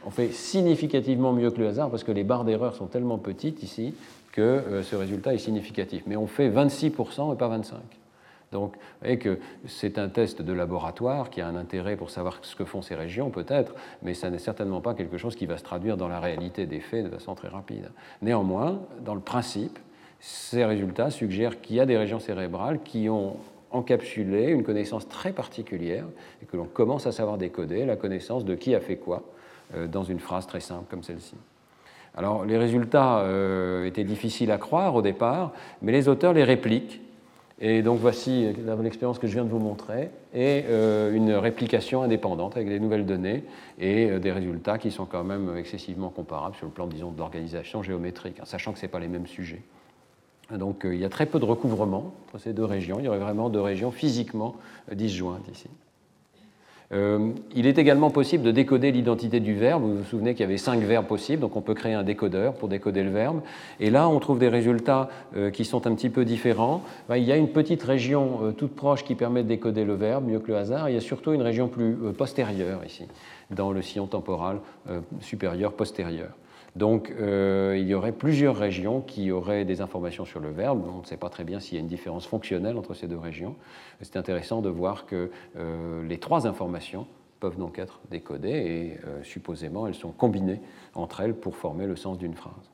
on fait significativement mieux que le hasard parce que les barres d'erreur sont tellement petites ici que euh, ce résultat est significatif. Mais on fait vingt-six pour cent et pas vingt-cinq pour cent. Donc, vous voyez que c'est un test de laboratoire qui a un intérêt pour savoir ce que font ces régions, peut-être, mais ça n'est certainement pas quelque chose qui va se traduire dans la réalité des faits de façon très rapide. Néanmoins, dans le principe, ces résultats suggèrent qu'il y a des régions cérébrales qui ont encapsulé une connaissance très particulière et que l'on commence à savoir décoder, la connaissance de qui a fait quoi euh, dans une phrase très simple comme celle-ci. Alors, les résultats euh, étaient difficiles à croire au départ, mais les auteurs les répliquent. Et donc voici l'expérience que je viens de vous montrer, et euh, une réplication indépendante avec des nouvelles données et euh, des résultats qui sont quand même excessivement comparables sur le plan, disons, de l'organisation géométrique, hein, sachant que ce n'est pas les mêmes sujets. Donc euh, il y a très peu de recouvrement entre ces deux régions, il y aurait vraiment deux régions physiquement euh, disjointes ici. Euh, il est également possible de décoder l'identité du verbe. Vous vous souvenez qu'il y avait cinq verbes possibles, donc on peut créer un décodeur pour décoder le verbe. Et là, on trouve des résultats euh, qui sont un petit peu différents. Ben, il y a une petite région euh, toute proche qui permet de décoder le verbe, mieux que le hasard. Il y a surtout une région plus euh, postérieure ici, dans le sillon temporal euh, supérieur-postérieur. Donc, euh, il y aurait plusieurs régions qui auraient des informations sur le verbe. On ne sait pas très bien s'il y a une différence fonctionnelle entre ces deux régions. C'est intéressant de voir que euh, les trois informations peuvent donc être décodées et euh, supposément elles sont combinées entre elles pour former le sens d'une phrase.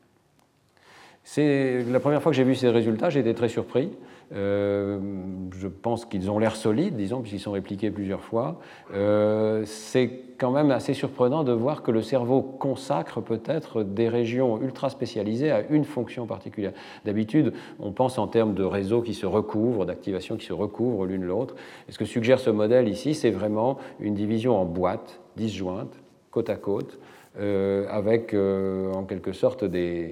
C'est la première fois que j'ai vu ces résultats, j'ai été très surpris. Euh, je pense qu'ils ont l'air solides, disons, puisqu'ils sont répliqués plusieurs fois. Euh, c'est quand même assez surprenant de voir que le cerveau consacre peut-être des régions ultra spécialisées à une fonction particulière. D'habitude, on pense en termes de réseaux qui se recouvrent, d'activations qui se recouvrent l'une l'autre. Et ce que suggère ce modèle ici, c'est vraiment une division en boîtes disjointes, côte à côte, euh, avec euh, en quelque sorte des...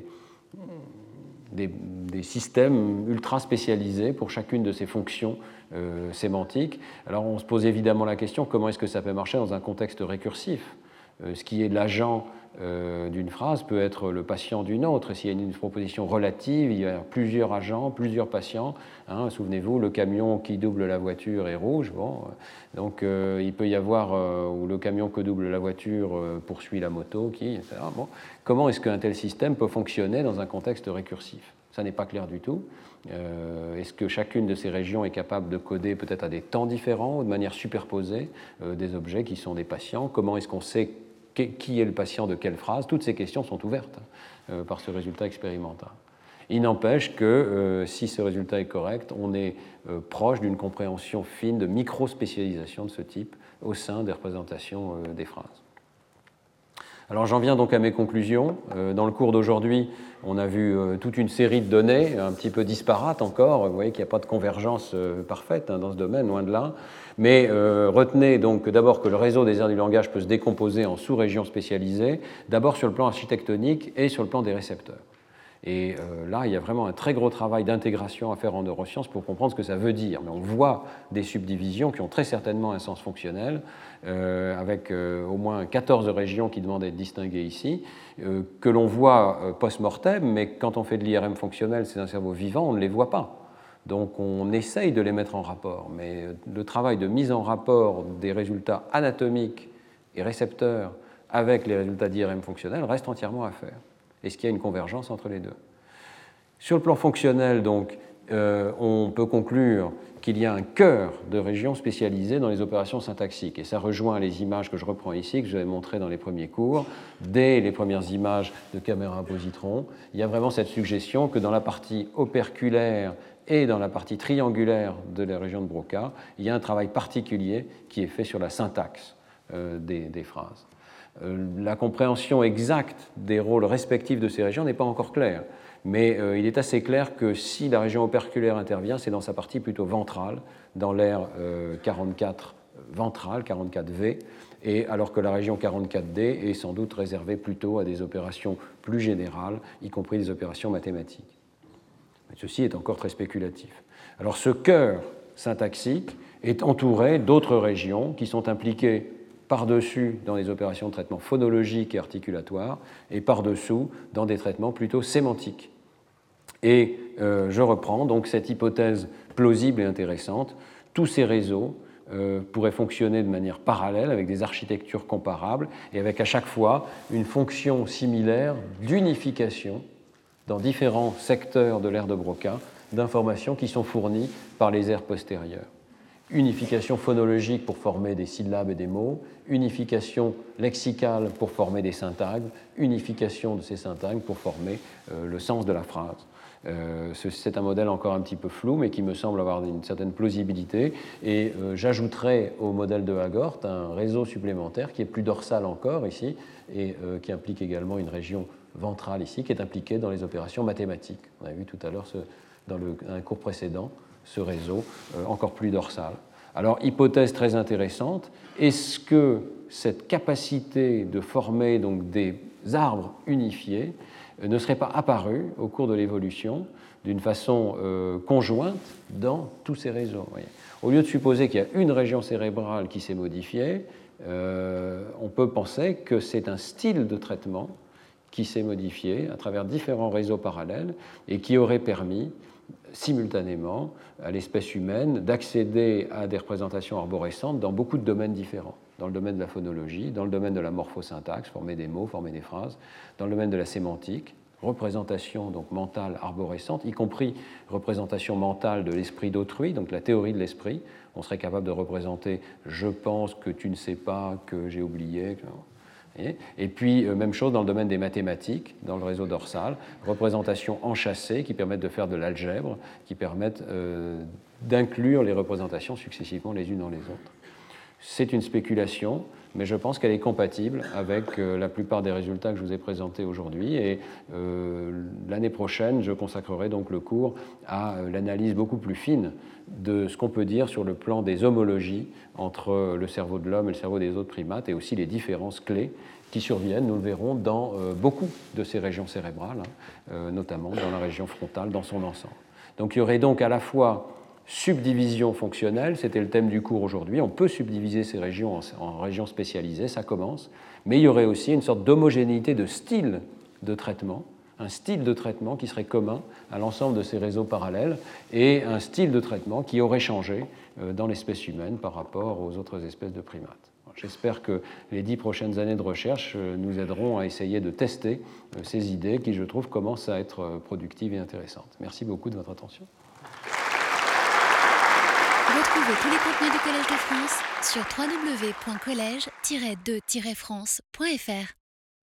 Des, des systèmes ultra spécialisés pour chacune de ces fonctions euh, sémantiques. Alors on se pose évidemment la question, comment est-ce que ça peut marcher dans un contexte récursif ? euh, Ce qui est l'agent euh, d'une phrase peut être le patient d'une autre. S'il y a une, une proposition relative, il y a plusieurs agents, plusieurs patients. Hein, souvenez-vous, le camion qui double la voiture est rouge. Bon, euh, donc euh, il peut y avoir, euh, ou le camion que double la voiture euh, poursuit la moto, qui, et cetera. Bon. Comment est-ce qu'un tel système peut fonctionner dans un contexte récursif ? Ça n'est pas clair du tout. Euh, est-ce que chacune de ces régions est capable de coder peut-être à des temps différents ou de manière superposée euh, des objets qui sont des patients ? Comment est-ce qu'on sait qui est le patient de quelle phrase ? Toutes ces questions sont ouvertes euh, par ce résultat expérimental. Il n'empêche que euh, si ce résultat est correct, on est euh, proche d'une compréhension fine de micro-spécialisation de ce type au sein des représentations euh, des phrases. Alors j'en viens donc à mes conclusions. Euh, dans le cours d'aujourd'hui, on a vu euh, toute une série de données, un petit peu disparates encore. Vous voyez qu'il n'y a pas de convergence euh, parfaite hein, dans ce domaine, loin de là. Mais euh, retenez donc d'abord que le réseau des aires du langage peut se décomposer en sous-régions spécialisées, d'abord sur le plan architectonique et sur le plan des récepteurs. Et euh, là, il y a vraiment un très gros travail d'intégration à faire en neurosciences pour comprendre ce que ça veut dire. Mais on voit des subdivisions qui ont très certainement un sens fonctionnel, euh, avec euh, au moins quatorze régions qui demandent à être distinguées ici, euh, que l'on voit euh, post-mortem, mais quand on fait de l'I R M fonctionnel, c'est un cerveau vivant, on ne les voit pas. Donc on essaye de les mettre en rapport, mais le travail de mise en rapport des résultats anatomiques et récepteurs avec les résultats d'I R M fonctionnels reste entièrement à faire. Est-ce qu'il y a une convergence entre les deux ? Sur le plan fonctionnel, donc, euh, on peut conclure qu'il y a un cœur de régions spécialisées dans les opérations syntaxiques. Et ça rejoint les images que je reprends ici, que je vous avais montrées dans les premiers cours. Dès les premières images de caméra-positron, il y a vraiment cette suggestion que dans la partie operculaire et dans la partie triangulaire de la région de Broca, il y a un travail particulier qui est fait sur la syntaxe euh, des, des phrases. La compréhension exacte des rôles respectifs de ces régions n'est pas encore claire, mais euh, il est assez clair que si la région operculaire intervient, c'est dans sa partie plutôt ventrale, dans l'aire euh, quarante-quatre ventrale, quarante-quatre V, et alors que la région quarante-quatre D est sans doute réservée plutôt à des opérations plus générales, y compris des opérations mathématiques. Mais ceci est encore très spéculatif. Alors ce cœur syntaxique est entouré d'autres régions qui sont impliquées par-dessus dans les opérations de traitement phonologique et articulatoire, et par-dessous dans des traitements plutôt sémantiques. Et euh, je reprends donc cette hypothèse plausible et intéressante. Tous ces réseaux euh, pourraient fonctionner de manière parallèle avec des architectures comparables et avec à chaque fois une fonction similaire d'unification dans différents secteurs de l'aire de Broca d'informations qui sont fournies par les aires postérieures. Unification phonologique pour former des syllabes et des mots, unification lexicale pour former des syntagmes, unification de ces syntagmes pour former euh, le sens de la phrase. Euh, c'est un modèle encore un petit peu flou, mais qui me semble avoir une certaine plausibilité. Et euh, j'ajouterai au modèle de Hagort un réseau supplémentaire qui est plus dorsal encore ici, et euh, qui implique également une région ventrale ici, qui est impliquée dans les opérations mathématiques. On a vu tout à l'heure dans le, un cours précédent ce réseau euh, encore plus dorsal. Alors, hypothèse très intéressante, est-ce que cette capacité de former donc, des arbres unifiés euh, ne serait pas apparue au cours de l'évolution d'une façon euh, conjointe dans tous ces réseaux? Vous voyez. Au lieu de supposer qu'il y a une région cérébrale qui s'est modifiée, euh, on peut penser que c'est un style de traitement qui s'est modifié à travers différents réseaux parallèles et qui aurait permis simultanément à l'espèce humaine d'accéder à des représentations arborescentes dans beaucoup de domaines différents. Dans le domaine de la phonologie, dans le domaine de la morphosyntaxe, former des mots, former des phrases, dans le domaine de la sémantique, représentation donc mentale arborescente, y compris représentation mentale de l'esprit d'autrui, donc la théorie de l'esprit. On serait capable de représenter « je pense que tu ne sais pas, que j'ai oublié ». Et puis, même chose dans le domaine des mathématiques, dans le réseau dorsal, représentations enchâssées qui permettent de faire de l'algèbre, qui permettent euh, d'inclure les représentations successivement les unes dans les autres. C'est une spéculation, mais je pense qu'elle est compatible avec euh, la plupart des résultats que je vous ai présentés aujourd'hui. Et euh, l'année prochaine, je consacrerai donc le cours à euh, l'analyse beaucoup plus fine de ce qu'on peut dire sur le plan des homologies entre le cerveau de l'homme et le cerveau des autres primates, et aussi les différences clés qui surviennent, nous le verrons, dans euh, beaucoup de ces régions cérébrales, hein, euh, notamment dans la région frontale, dans son ensemble. Donc il y aurait donc à la fois subdivision fonctionnelle, c'était le thème du cours aujourd'hui, on peut subdiviser ces régions en, en régions spécialisées, ça commence, mais il y aurait aussi une sorte d'homogénéité de style de traitement, un style de traitement qui serait commun à l'ensemble de ces réseaux parallèles et un style de traitement qui aurait changé dans l'espèce humaine par rapport aux autres espèces de primates. J'espère que les dix prochaines années de recherche nous aideront à essayer de tester ces idées qui, je trouve, commencent à être productives et intéressantes. Merci beaucoup de votre attention. Retrouvez tous les contenus du Collège de France sur w w w point collège tiret de tiret france point f r.